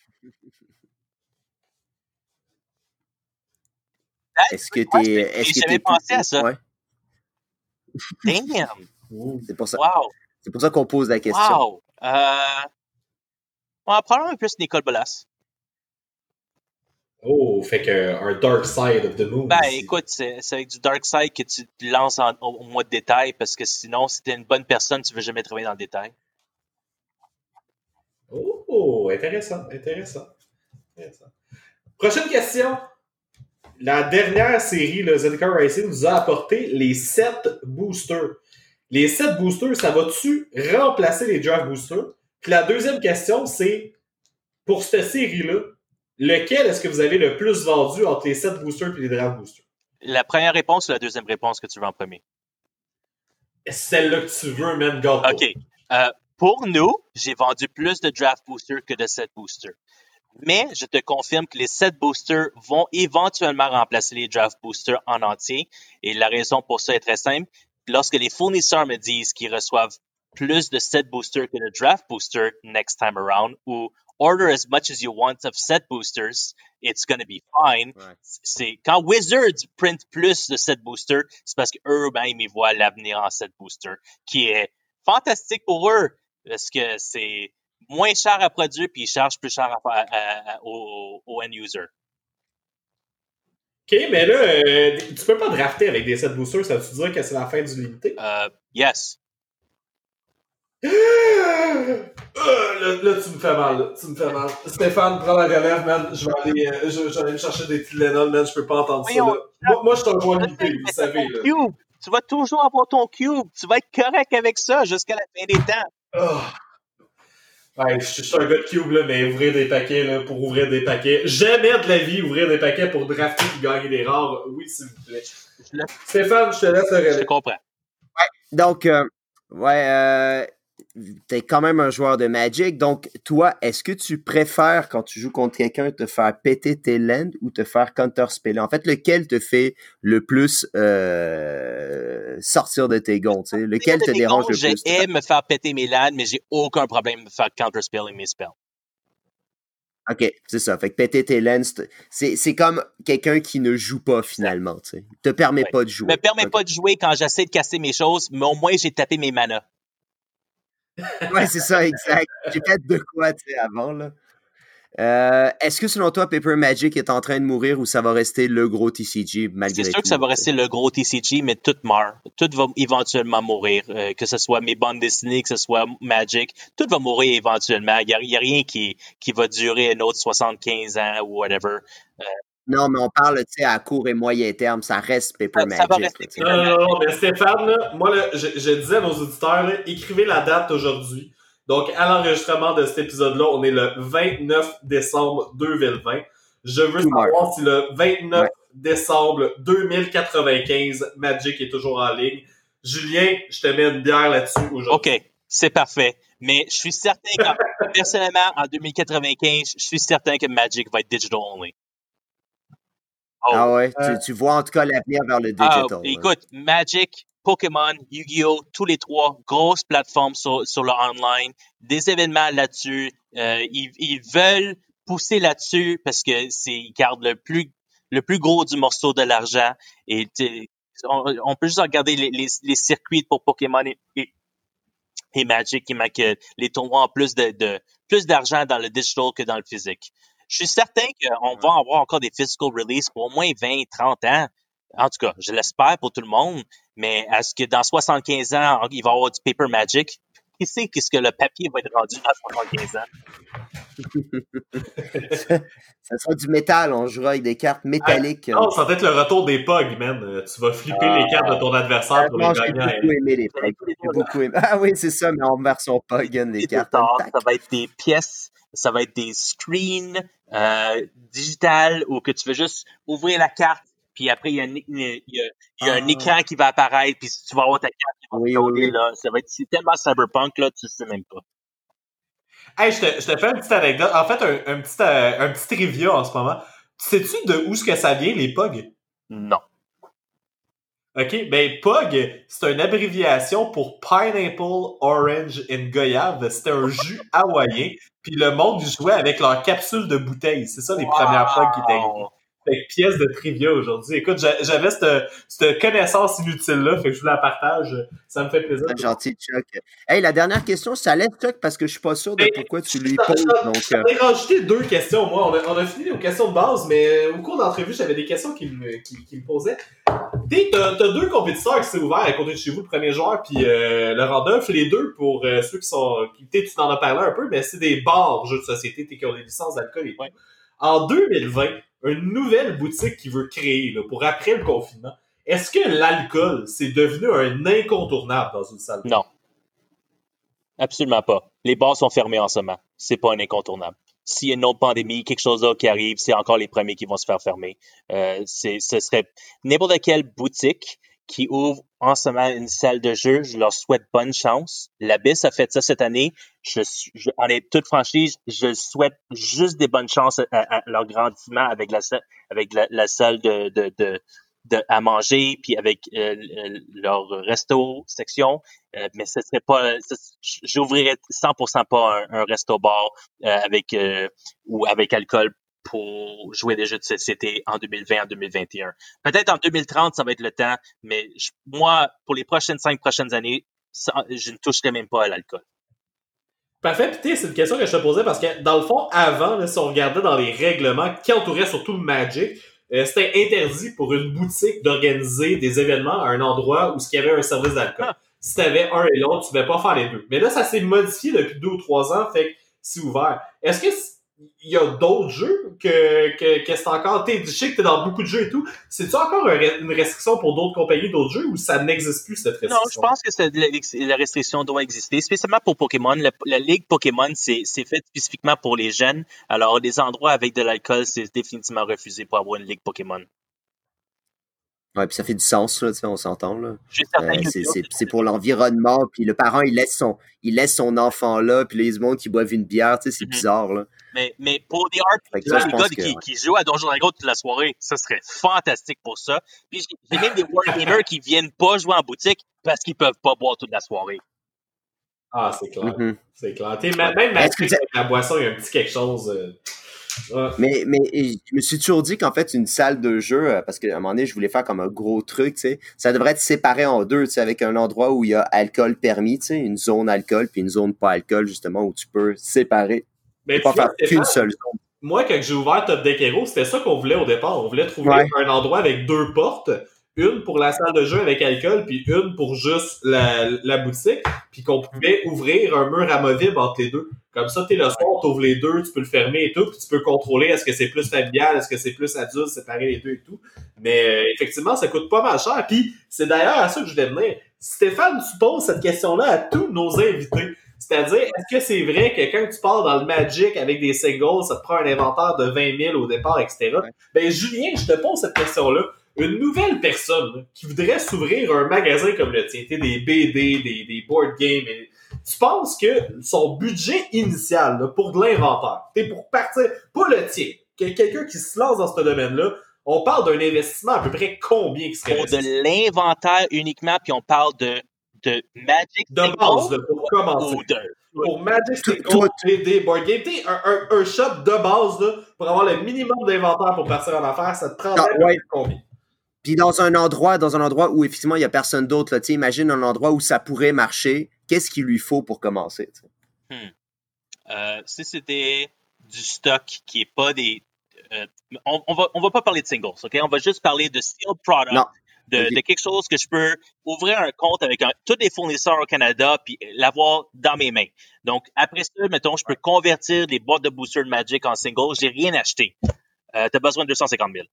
Est-ce que t'es... Est-ce que j'avais t'es pensé plus... à ça. Ouais. Damn! C'est pour ça. Wow! C'est pour ça qu'on pose la question. Wow! Euh... On va prendre un peu plus Nicole Bolas. Oh, fait que un Dark Side of the Moon. Ben, ici. écoute, c'est, c'est avec du Dark Side que tu te lances en, au, au mois de détail, parce que sinon, si t'es une bonne personne, tu veux jamais travailler dans le détail. Oh, intéressant, intéressant. intéressant. Prochaine question. La dernière série, le Zendikar Rising, nous a apporté les sept boosters. Les sept boosters, ça va-tu remplacer les draft boosters? Puis la deuxième question, c'est pour cette série-là, lequel est-ce que vous avez le plus vendu entre les set boosters et les draft boosters? La première réponse ou la deuxième réponse que tu veux en premier? Celle-là que tu veux, man, garde. OK. Euh, pour nous, j'ai vendu plus de draft boosters que de set boosters. Mais je te confirme que les set boosters vont éventuellement remplacer les draft boosters en entier. Et la raison pour ça est très simple. Lorsque les fournisseurs me disent qu'ils reçoivent plus de set boosters que de draft boosters next time around, ou order as much as you want of set boosters, it's going to be fine. Ouais. C'est quand Wizards print plus de set boosters, c'est parce qu'eux même ils voient l'avenir en set booster, qui est fantastique pour eux parce que c'est moins cher à produire puis ils chargent plus cher à, à, à, au, au end user. OK, mais là, euh, tu peux pas drafter avec des set boosters, ça veut dire que c'est la fin du limité? Uh, yes. Euh, là, là, tu me fais mal, là. Tu me fais mal. Stéphane, prends la relève, man. Je vais aller, euh, je, je vais aller me chercher des Tylenol, man. Je peux pas entendre Oui, ça, on... là. Moi, moi je suis un joueur limité, vous le savez, là. Cube. Tu vas toujours avoir ton cube. Tu vas être correct avec ça jusqu'à la fin des temps. Oh. Ouais, je suis un gars de cube, là, mais ouvrir des paquets, là, pour ouvrir des paquets. Jamais de la vie ouvrir des paquets pour drafter et gagner des rares. Oui, s'il vous plaît. Le... Stéphane, je te laisse le relais. Je te comprends. Ouais, donc, euh, ouais, euh, t'es quand même un joueur de Magic. Donc, toi, est-ce que tu préfères, quand tu joues contre quelqu'un, te faire péter tes lands ou te faire counter-speller? En fait, lequel te fait le plus euh, sortir de tes gonds? Tu sais? Lequel te dérange gonds, le plus? J'aime me faire péter mes lands, mais j'ai aucun problème de faire counter-spelling mes spells. OK, c'est ça. Fait que péter tes lands, c'est, c'est comme quelqu'un qui ne joue pas finalement. Tu sais. Il te permet ouais. pas de jouer. Me permet okay. pas de jouer quand j'essaie de casser mes choses, mais au moins j'ai tapé mes manas. Ouais, c'est ça, exact. J'ai fait de quoi, tu sais, avant, là. Euh, est-ce que, selon toi, Paper Magic est en train de mourir ou ça va rester le gros T C G malgré tout? C'est sûr que ça va rester le gros T C G, mais tout meurt. Tout va éventuellement mourir. Euh, que ce soit mes bandes dessinées, que ce soit Magic, tout va mourir éventuellement. Il n'y a, a rien qui, qui va durer un autre soixante-quinze ans ou whatever. Euh, Non, mais on parle, tu sais, à court et moyen terme, ça reste Paper ça, Magic. Ça va rester non, non, non, non, mais Stéphane, là, moi, là, je, je disais à nos auditeurs, là, écrivez la date aujourd'hui. Donc, à l'enregistrement de cet épisode-là, on est le vingt-neuf décembre deux mille vingt. Je veux Tout savoir meurt. si le vingt-neuf ouais. décembre deux mille quatre-vingt-quinze, Magic est toujours en ligne. Julien, je te mets une bière là-dessus aujourd'hui. OK, c'est parfait. Mais je suis certain que, personnellement, en deux mille quatre-vingt-quinze, je suis certain que Magic va être digital only. Oh. Ah ouais, euh, tu, tu vois en tout cas l'avenir vers le digital. Ah, écoute, hein. Magic, Pokémon, Yu-Gi-Oh, tous les trois, grosses plateformes sur, sur le online, des événements là-dessus. Euh, ils, ils veulent pousser là-dessus parce que c'est ils gardent le plus le plus gros du morceau de l'argent. Et on, on peut juste regarder les, les, les circuits pour Pokémon et, et, et Magic qui marquent les tournois en plus de, de plus d'argent dans le digital que dans le physique. Je suis certain qu'on va avoir encore des physical releases pour au moins vingt, trente ans. En tout cas, je l'espère pour tout le monde. Mais est-ce que dans soixante-quinze ans, il va y avoir du Paper Magic? Qui sait qu'est-ce que le papier va être rendu dans soixante-quinze ans? Ça sera du métal. On jouera avec des cartes métalliques. Ah, non, ça va être le retour des Pogs, man. Tu vas flipper ah, les cartes de ton adversaire pour les gagner. J'ai beaucoup aimé les Pogs. J'ai beaucoup aimé. Ah oui, c'est ça, mais en version Poggen, les cartes. Tard, ça va être des pièces, ça va être des screens euh, digitales où que tu veux juste ouvrir la carte. Puis après, il y a, un, il y a, il y a ah. un écran qui va apparaître, puis tu vas avoir ta carte qui va oui, tomber, oui, oui. là. Ça va être c'est tellement cyberpunk, là, tu sais même pas. Hey, je te, je te fais une petite anecdote. En fait, un, un, petit, euh, un petit trivia en ce moment. Sais-tu de où est-ce que ça vient, les P O G? Non. OK, ben P O G, c'est une abréviation pour Pineapple, Orange and Goyave. C'était un jus hawaïen, puis le monde jouait avec leur capsule de bouteille. C'est ça les wow. premières P O G qui étaient arrivées. Fait que pièce de trivia aujourd'hui. Écoute, j'avais cette, cette connaissance inutile-là, fait que je vous la partage. Ça me fait plaisir. C'est gentil, Chuck. Hey, la dernière question, ça laisse, Chuck, parce que je suis pas sûr de mais, pourquoi tu lui poses. Donc, j'en ai rajouté deux questions, moi. On a, on a fini nos questions de base, mais au cours d'entrevue, j'avais des questions qui me, qui, qui me posaient. Tu t'as, t'as deux compétiteurs qui s'est ouvert à côté de chez vous, le premier joueur, puis euh, le Randolph. Les deux, pour euh, ceux qui sont... Qui, tu en as parlé un peu, mais c'est des bars jeux de société, qui ont des licences d'alcool et tout. Ouais. En deux mille vingt, une nouvelle boutique qui veut créer là, pour après le confinement. Est-ce que l'alcool, c'est devenu un incontournable dans une salle? Non. Absolument pas. Les bars sont fermés en ce moment. C'est pas un incontournable. s'il y a une autre pandémie, quelque chose d'autre qui arrive, c'est encore les premiers qui vont se faire fermer. Euh, c'est, ce serait n'importe quelle boutique qui ouvre en ce moment une salle de jeu, je leur souhaite bonne chance. L'Abyss a fait ça cette année. Je, je, en est toute franchise, je souhaite juste des bonnes chances à, à leur grandissement avec la, avec la, la salle de, de, de, de, à manger, puis avec euh, leur resto section. Euh, mais ce serait pas, ce, j'ouvrirais cent pour cent pas un, un resto-bar euh, avec euh, ou avec alcool pour jouer des jeux de société en deux mille vingt, en deux mille vingt et un. Peut-être en deux mille trente, ça va être le temps, mais je, moi, pour les prochaines cinq prochaines années, ça, je ne toucherai même pas à l'alcool. Parfait, puis c'est une question que je te posais parce que, dans le fond, avant, là, si on regardait dans les règlements qui entouraient surtout le Magic, euh, c'était interdit pour une boutique d'organiser des événements à un endroit où il y avait un service d'alcool. Ah. Si tu avais un et l'autre, tu ne devais pas faire les deux. Mais là, ça s'est modifié depuis deux ou trois ans, fait que c'est ouvert. Est-ce que il y a d'autres jeux que, que, que c'est encore... T'es, je sais que t'es dans beaucoup de jeux et tout. C'est-tu encore une restriction pour d'autres compagnies, d'autres jeux, ou ça n'existe plus, cette restriction? Non, je pense que c'est, la restriction doit exister, spécialement pour Pokémon. La, la Ligue Pokémon, c'est, c'est fait spécifiquement pour les jeunes. Alors, les endroits avec de l'alcool, c'est définitivement refusé pour avoir une Ligue Pokémon. Ouais, puis ça fait du sens, là, tu sais, on s'entend, là. Euh, c'est, c'est, c'est pour l'environnement, puis le parent, il laisse son, il laisse son enfant là, puis les mondes qui boivent une bière, tu sais, c'est mm-hmm. bizarre, là. Mais, mais pour des R P G, les gars qui, ouais. qui jouent à Donjons et Dragons toute la soirée, ça serait fantastique pour ça. Puis j'ai, j'ai même des wargamers qui viennent pas jouer en boutique parce qu'ils peuvent pas boire toute la soirée. Ah, c'est clair. Mm-hmm. C'est clair. T'sais, même même avec la boisson, il y a un petit quelque chose... Euh... Ouais. Mais, mais je me suis toujours dit qu'en fait, une salle de jeu, parce qu'à un moment donné, je voulais faire comme un gros truc, tu sais, ça devrait être séparé en deux, tu sais, avec un endroit où il y a alcool permis, tu sais, une zone alcool, puis une zone pas alcool, justement, où tu peux séparer. Mais pas faire qu'une seule zone. Moi, quand j'ai ouvert Top Deck Hero, c'était ça qu'on voulait au départ. On voulait trouver ouais. un endroit avec deux portes. Une pour la salle de jeu avec alcool, puis une pour juste la, la boutique, puis qu'on pouvait ouvrir un mur amovible entre les deux. Comme ça, t'es le soir, t'ouvres les deux, tu peux le fermer et tout, puis tu peux contrôler est-ce que c'est plus familial, est-ce que c'est plus adulte, séparer les deux et tout. Mais euh, effectivement, ça coûte pas mal cher. Puis c'est d'ailleurs à ça que je voulais venir. Stéphane, tu poses cette question-là à tous nos invités. C'est-à-dire, est-ce que c'est vrai que quand tu pars dans le Magic avec des singles, ça te prend un inventaire de vingt mille au départ, et cetera. Ouais. Ben Julien, je te pose cette question-là. Une nouvelle personne là, qui voudrait s'ouvrir un magasin comme le tien, des B D, des, des board games, et, tu penses que son budget initial là, pour de l'inventaire, t'es pour partir, pas le tien, quelqu'un qui se lance dans ce domaine-là, on parle d'un investissement à peu près combien qui serait pour de l'inventaire uniquement, puis on parle de, de Magic de base, là, pour commencer. De, pour Magic Single, des, des board games, t'es un, un, un shop de base là, pour avoir le minimum d'inventaire pour partir en affaires, ça te prendrait ah, ouais. combien? Puis dans un endroit, dans un endroit où effectivement il n'y a personne d'autre, là, tu sais, imagine un endroit où ça pourrait marcher, qu'est-ce qu'il lui faut pour commencer? Hmm. Euh, si c'était du stock qui est pas des. Euh, on, on va on va pas parler de singles, ok? On va juste parler de sealed product, non. De, okay. de quelque chose que je peux ouvrir un compte avec un, tous les fournisseurs au Canada puis l'avoir dans mes mains. Donc après ça, mettons, je peux convertir des boîtes de booster de Magic en single. J'ai rien acheté. Euh, t'as besoin de deux cent cinquante mille.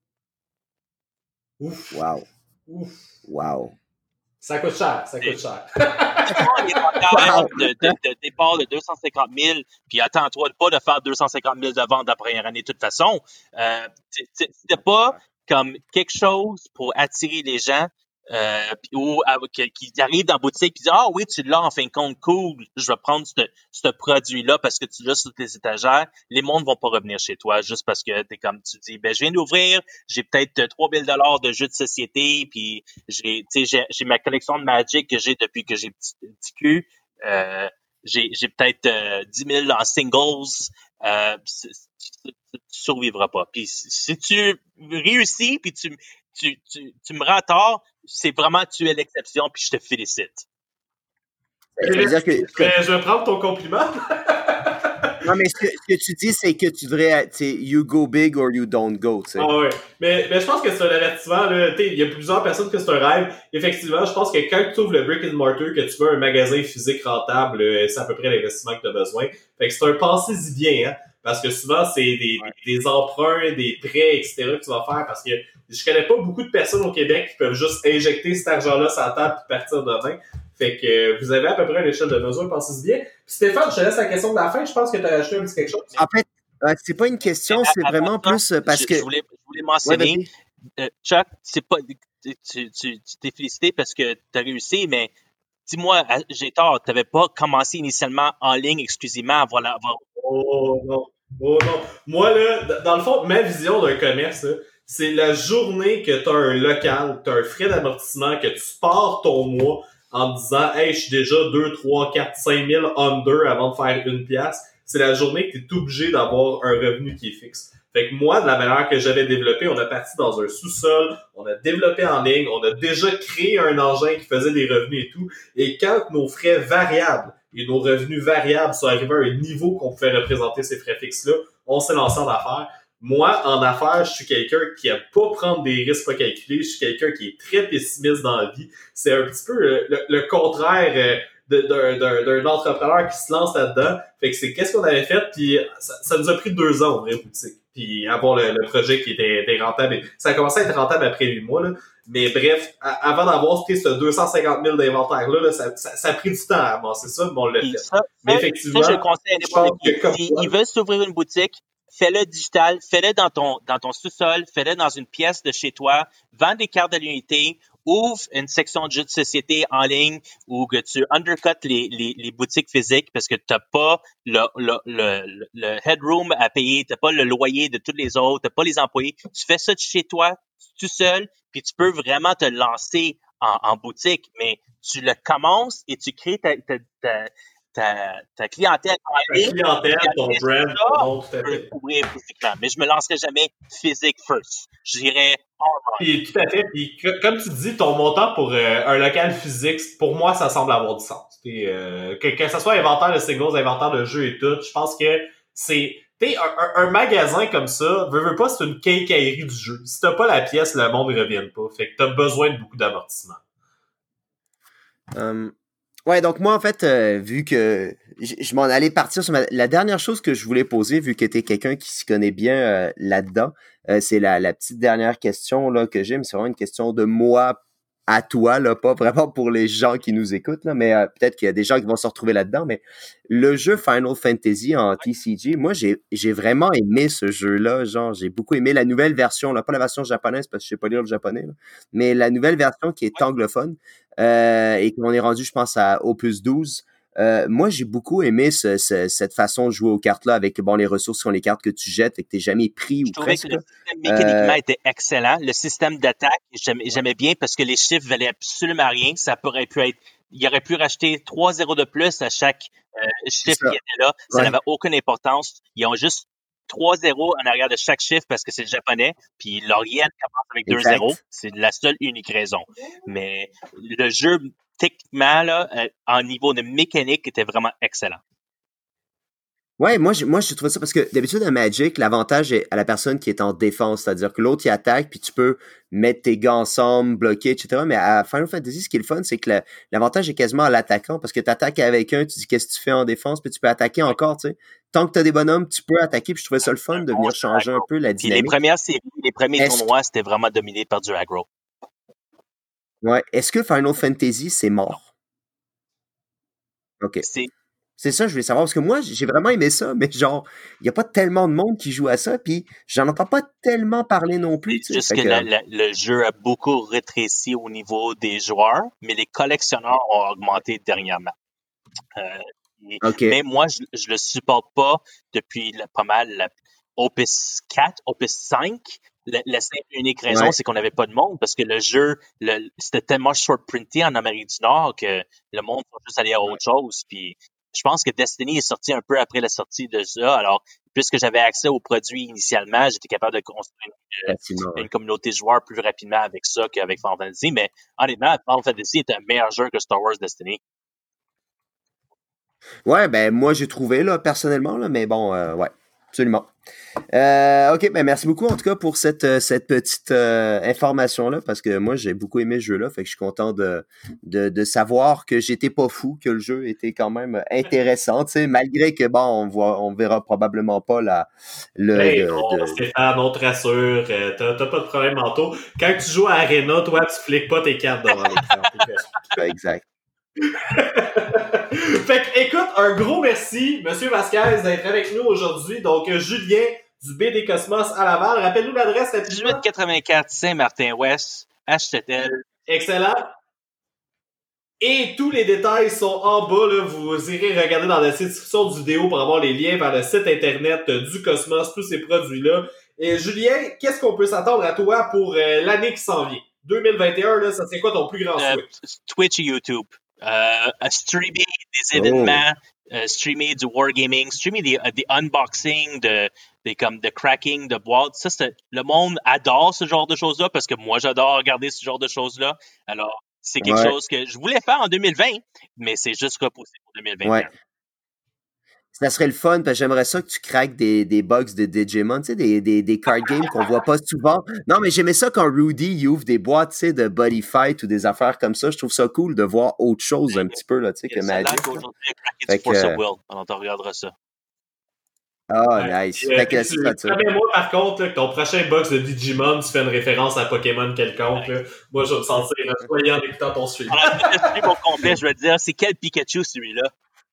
Ouf. Wow. Ouf. Wow. Ça coûte cher, ça coûte cher. wow. de, de, de départ de deux cent cinquante mille, puis attends-toi pas de faire deux cent cinquante mille de vente la première année de toute façon. Euh, c'était pas comme quelque chose pour attirer les gens euh, ou euh, qui, qui arrivent dans la boutique et disent « Ah oui, tu l'as en fin de compte, cool, je vais prendre ce, ce produit-là parce que tu l'as sur tes étagères. » Les mondes vont pas revenir chez toi juste parce que t'es comme tu dis « Ben, je viens d'ouvrir, j'ai peut-être trois mille dollars de jeux de société, puis j'ai, tu sais, j'ai, j'ai ma collection de Magic que j'ai depuis que j'ai petit, petit cul. Euh, j'ai, j'ai peut-être euh, dix mille en singles. Euh, tu survivras pas. Puis si tu réussis, puis tu, tu, tu, tu me rends tort, c'est vraiment tu es l'exception, puis je te félicite. Je vais, dire que, que... je vais prendre ton compliment. Non, mais ce que, ce que tu dis, c'est que tu devrais, tu sais, you go big or you don't go, tu sais. Ah ouais. Mais, mais je pense que c'est un avertissement, là. Tu sais, il y a plusieurs personnes que c'est un rêve. Effectivement, je pense que quand tu ouvres le brick and mortar, que tu veux un magasin physique rentable, c'est à peu près l'investissement que tu as besoin. Fait que c'est un pensez-y bien, hein. Parce que souvent, c'est des, ouais. des, des emprunts, des prêts, et cetera que tu vas faire parce que je connais pas beaucoup de personnes au Québec qui peuvent juste injecter cet argent-là sur la table et partir demain. Fait que euh, vous avez à peu près l'échelle de mesure, pensez-y bien. Puis Stéphane, je te laisse la question de la fin. Je pense que tu as rajouté un petit quelque chose. En fait, euh, c'est pas une question, c'est vraiment plus parce je, que... Je voulais, je voulais mentionner, ouais, euh, Chuck, c'est pas, tu, tu, tu t'es félicité parce que tu as réussi, mais dis-moi, j'ai tort, tu n'avais pas commencé initialement en ligne exclusivement avant la... Avant... Oh non, oh non. Moi, là, dans le fond, ma vision d'un commerce, là, c'est la journée que tu as un local, tu as un frais d'amortissement, que tu pars ton mois en te disant « Hey, je suis déjà deux, trois, quatre, cinq mille under avant de faire une pièce », c'est la journée que tu es obligé d'avoir un revenu qui est fixe. Fait que moi, de la manière que j'avais développé, on a parti dans un sous-sol, on a développé en ligne, on a déjà créé un engin qui faisait des revenus et tout. Et quand nos frais variables et nos revenus variables sont arrivés à un niveau qu'on pouvait représenter ces frais fixes-là, on s'est lancé en affaires. Moi, en affaires, je suis quelqu'un qui aime pas prendre des risques pas calculés. Je suis quelqu'un qui est très pessimiste dans la vie. C'est un petit peu le, le, le contraire de, d'un, d'un, d'un entrepreneur qui se lance là-dedans. Fait que c'est qu'est-ce qu'on avait fait, puis ça, ça nous a pris deux ans, en vrai, boutique. Puis avoir le, le projet qui était, était rentable. Ça a commencé à être rentable après huit mois, là. Mais bref, à, avant d'avoir ce deux cent cinquante mille d'inventaire-là, là, ça, ça, ça a pris du temps à avancer ça, mais on l'a fait. Ça, mais effectivement, ça, je le conseille à n'importe qui. Si ils veulent s'ouvrir une boutique, fais-le digital, fais-le dans ton, dans ton sous-sol, fais-le dans une pièce de chez toi, vends des cartes de l'unité, ouvre une section de jeux de société en ligne où que tu undercut les, les, les boutiques physiques parce que t'as pas le, le, le, le headroom à payer, t'as pas le loyer de tous les autres, t'as pas les employés. Tu fais ça de chez toi, tout seul, puis tu peux vraiment te lancer en, en boutique, mais tu le commences et tu crées ta, ta, ta Ta, ta clientèle en ligne. Ta clientèle, ton brand, ton tu peux couvrir physiquement. Mais je me lancerai jamais physique first. Je dirais Puis tout à fait. Puis comme tu dis, ton montant pour euh, un local physique, pour moi, ça semble avoir du sens. Puis, euh, que, que ce soit inventaire de singles, inventaire de jeux et tout, je pense que c'est... T'sais, un, un, un magasin comme ça, veux, veux pas, c'est une quincaillerie du jeu. Si t'as pas la pièce, le monde ne revient pas. Fait que t'as besoin de beaucoup d'amortissement. Um... Ouais, donc moi, en fait, euh, vu que je, je m'en allais partir sur ma, la dernière chose que je voulais poser, vu que tu es quelqu'un qui s'y connaît bien euh, là-dedans, euh, c'est la, la petite dernière question là, que j'ai, mais c'est vraiment une question de moi à toi, là, pas vraiment pour les gens qui nous écoutent, là, mais euh, peut-être qu'il y a des gens qui vont se retrouver là-dedans, mais le jeu Final Fantasy en T C G, moi, j'ai, j'ai vraiment aimé ce jeu-là, genre, j'ai beaucoup aimé la nouvelle version, là, pas la version japonaise, parce que je sais pas lire le japonais, là, mais la nouvelle version qui est anglophone, euh, et qu'on est rendu, je pense, à Opus douze. Euh, moi, j'ai beaucoup aimé ce, ce, cette façon de jouer aux cartes-là avec bon les ressources qui sont les cartes que tu jettes et que tu n'es jamais pris je ou presque. Je trouvais que le système mécaniquement euh, était excellent. Le système d'attaque, j'aimais, j'aimais bien parce que les chiffres valaient absolument rien. Ça pourrait pu être, il aurait pu racheter trois zéros de plus à chaque euh, chiffre qui était là. Ça ouais. n'avait aucune importance. Ils ont juste trois zéros en arrière de chaque chiffre parce que c'est le japonais. Puis leur yen commence avec deux zéros. C'est la seule unique raison. Mais le jeu, techniquement, là, euh, en niveau de mécanique, était vraiment excellent. Ouais, moi, je, moi, je trouve ça parce que d'habitude, à Magic, l'avantage est à la personne qui est en défense, c'est-à-dire que l'autre, il attaque, puis tu peux mettre tes gars ensemble, bloquer, et cetera. Mais à Final Fantasy, ce qui est le fun, c'est que la, l'avantage est quasiment à l'attaquant, parce que tu attaques avec un, tu dis qu'est-ce que tu fais en défense, puis tu peux attaquer encore, tu sais. Tant que tu as des bonhommes, tu peux attaquer, puis je trouvais ça le fun de venir changer un peu la dynamique. Puis les premières séries, les premiers Est-ce... tournois, c'était vraiment dominé par du aggro. Ouais. Est-ce que Final Fantasy, c'est mort? OK. C'est... C'est ça, je voulais savoir, parce que moi, j'ai vraiment aimé ça, mais genre, il n'y a pas tellement de monde qui joue à ça, puis j'en entends pas tellement parler non plus. C'est juste que, que... La, la, le jeu a beaucoup rétréci au niveau des joueurs, mais les collectionneurs ont augmenté dernièrement. Euh, et, okay. Mais moi, je, je le supporte pas depuis la, pas mal la, Opus quatre, Opus cinq. La, la simple et unique raison, ouais. c'est qu'on n'avait pas de monde, parce que le jeu, le, c'était tellement short-printé en Amérique du Nord que le monde va juste aller à autre chose, puis je pense que Destiny est sorti un peu après la sortie de ça. Alors, puisque j'avais accès aux produits initialement, j'étais capable de construire une, une communauté de joueurs plus rapidement avec ça qu'avec Final Fantasy. Mais honnêtement, Final Fantasy est un meilleur jeu que Star Wars Destiny. Ouais, ben moi j'ai trouvé là personnellement là, mais bon, euh, ouais, absolument. Euh, ok, ben merci beaucoup en tout cas pour cette cette petite euh, information là, parce que moi j'ai beaucoup aimé ce jeu là, fait que je suis content de de, de savoir que j'étais pas fou, que le jeu était quand même intéressant, tu sais, malgré que bon on voit on verra probablement pas la le. Hey, de, bon, de... Stéphane, on te rassure, euh, t'as, t'as pas de problème mentaux. Quand tu joues à Arena, toi tu fliques pas tes cartes devant l'écran. Exact. Fait que, écoute, un gros merci, Monsieur Vasquez, d'être avec nous aujourd'hui. Donc, Julien du B D Cosmos à Laval. Rappelle-nous l'adresse rapidement. dix-huit quatre-vingt-quatre Saint-Martin-Ouest, H T T L. Excellent. Et tous les détails sont en bas. Là. Vous irez regarder dans la description de vidéo pour avoir les liens vers le site internet du Cosmos, tous ces produits-là. Et Julien, qu'est-ce qu'on peut s'attendre à toi pour euh, l'année qui s'en vient? deux mille vingt et un, là, ça c'est quoi ton plus grand souhait? Euh, Twitch et YouTube. Euh, streamer des événements, oh. euh, streamer du wargaming, streamer des, des unboxings, de, des, comme, de cracking, de boîtes. Ça, c'est, le monde adore ce genre de choses-là parce que moi, j'adore regarder ce genre de choses-là. Alors, c'est quelque ouais. chose que je voulais faire en deux mille vingt, mais c'est juste repoussé pour deux mille vingt et un. Ouais. Ça serait le fun, parce que j'aimerais ça que tu craques des, des box de Digimon, tu sais, des, des, des card games qu'on voit pas souvent. Non, mais j'aimais ça quand Rudy il ouvre des boîtes, tu sais, de Body Fight ou des affaires comme ça. Je trouve ça cool de voir autre chose un petit peu, là, tu sais, que Magic. Aujourd'hui, il a craqué du Force of Will. Alors, on regardera ça. Ah, oh, nice. Euh, fait que c'est ça. Moi, par contre, là, que ton prochain box de Digimon, tu fais une référence à Pokémon quelconque. Là. Moi, je vais me sentir soyez en écoutant ton suivi. Alors, je vais mon complet, je vais te dire, c'est quel Pikachu celui-là?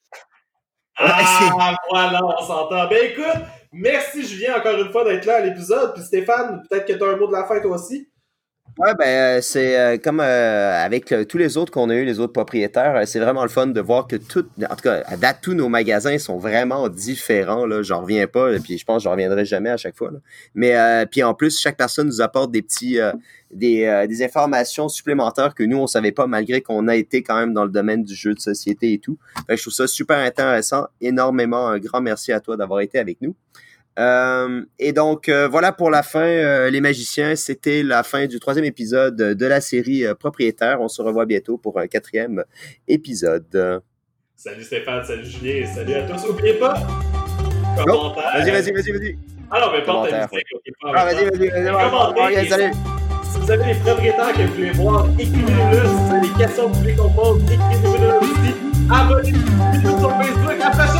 Ah, voilà, on s'entend. Ben écoute, merci Julien encore une fois d'être là à l'épisode. Puis Stéphane, peut-être que tu as un mot de la fin toi aussi. Ouais, ben c'est euh, comme euh, avec euh, tous les autres qu'on a eu, les autres propriétaires, euh, c'est vraiment le fun de voir que tout, en tout cas, à date, tous nos magasins sont vraiment différents. Là, j'en reviens pas, puis je pense que j'en reviendrai jamais à chaque fois. Là. Mais euh, puis en plus, chaque personne nous apporte des petits, euh, des, euh, des informations supplémentaires que nous on savait pas, malgré qu'on a été quand même dans le domaine du jeu de société et tout. Fait que je trouve ça super intéressant. Énormément, un grand merci à toi d'avoir été avec nous. Euh, et donc, euh, voilà pour la fin, euh, les magiciens. C'était la fin du troisième épisode de la série euh, Propriétaire. On se revoit bientôt pour un quatrième épisode. Salut Stéphane, salut Julien, salut à tous. N'oubliez pas, commentaire. Oh, vas-y, vas-y, vas-y, vas-y. Ah non, mais porte ta musique. Ah, vas-y, vas-y, vas-y. Commentaire. Salut. Si vous avez des propriétaires que vous voulez voir, écrivez-le. Si vous avez des questions que vous voulez qu'on pose, écrivez-le aussi. Abonnez-vous sur Facebook. À la prochaine.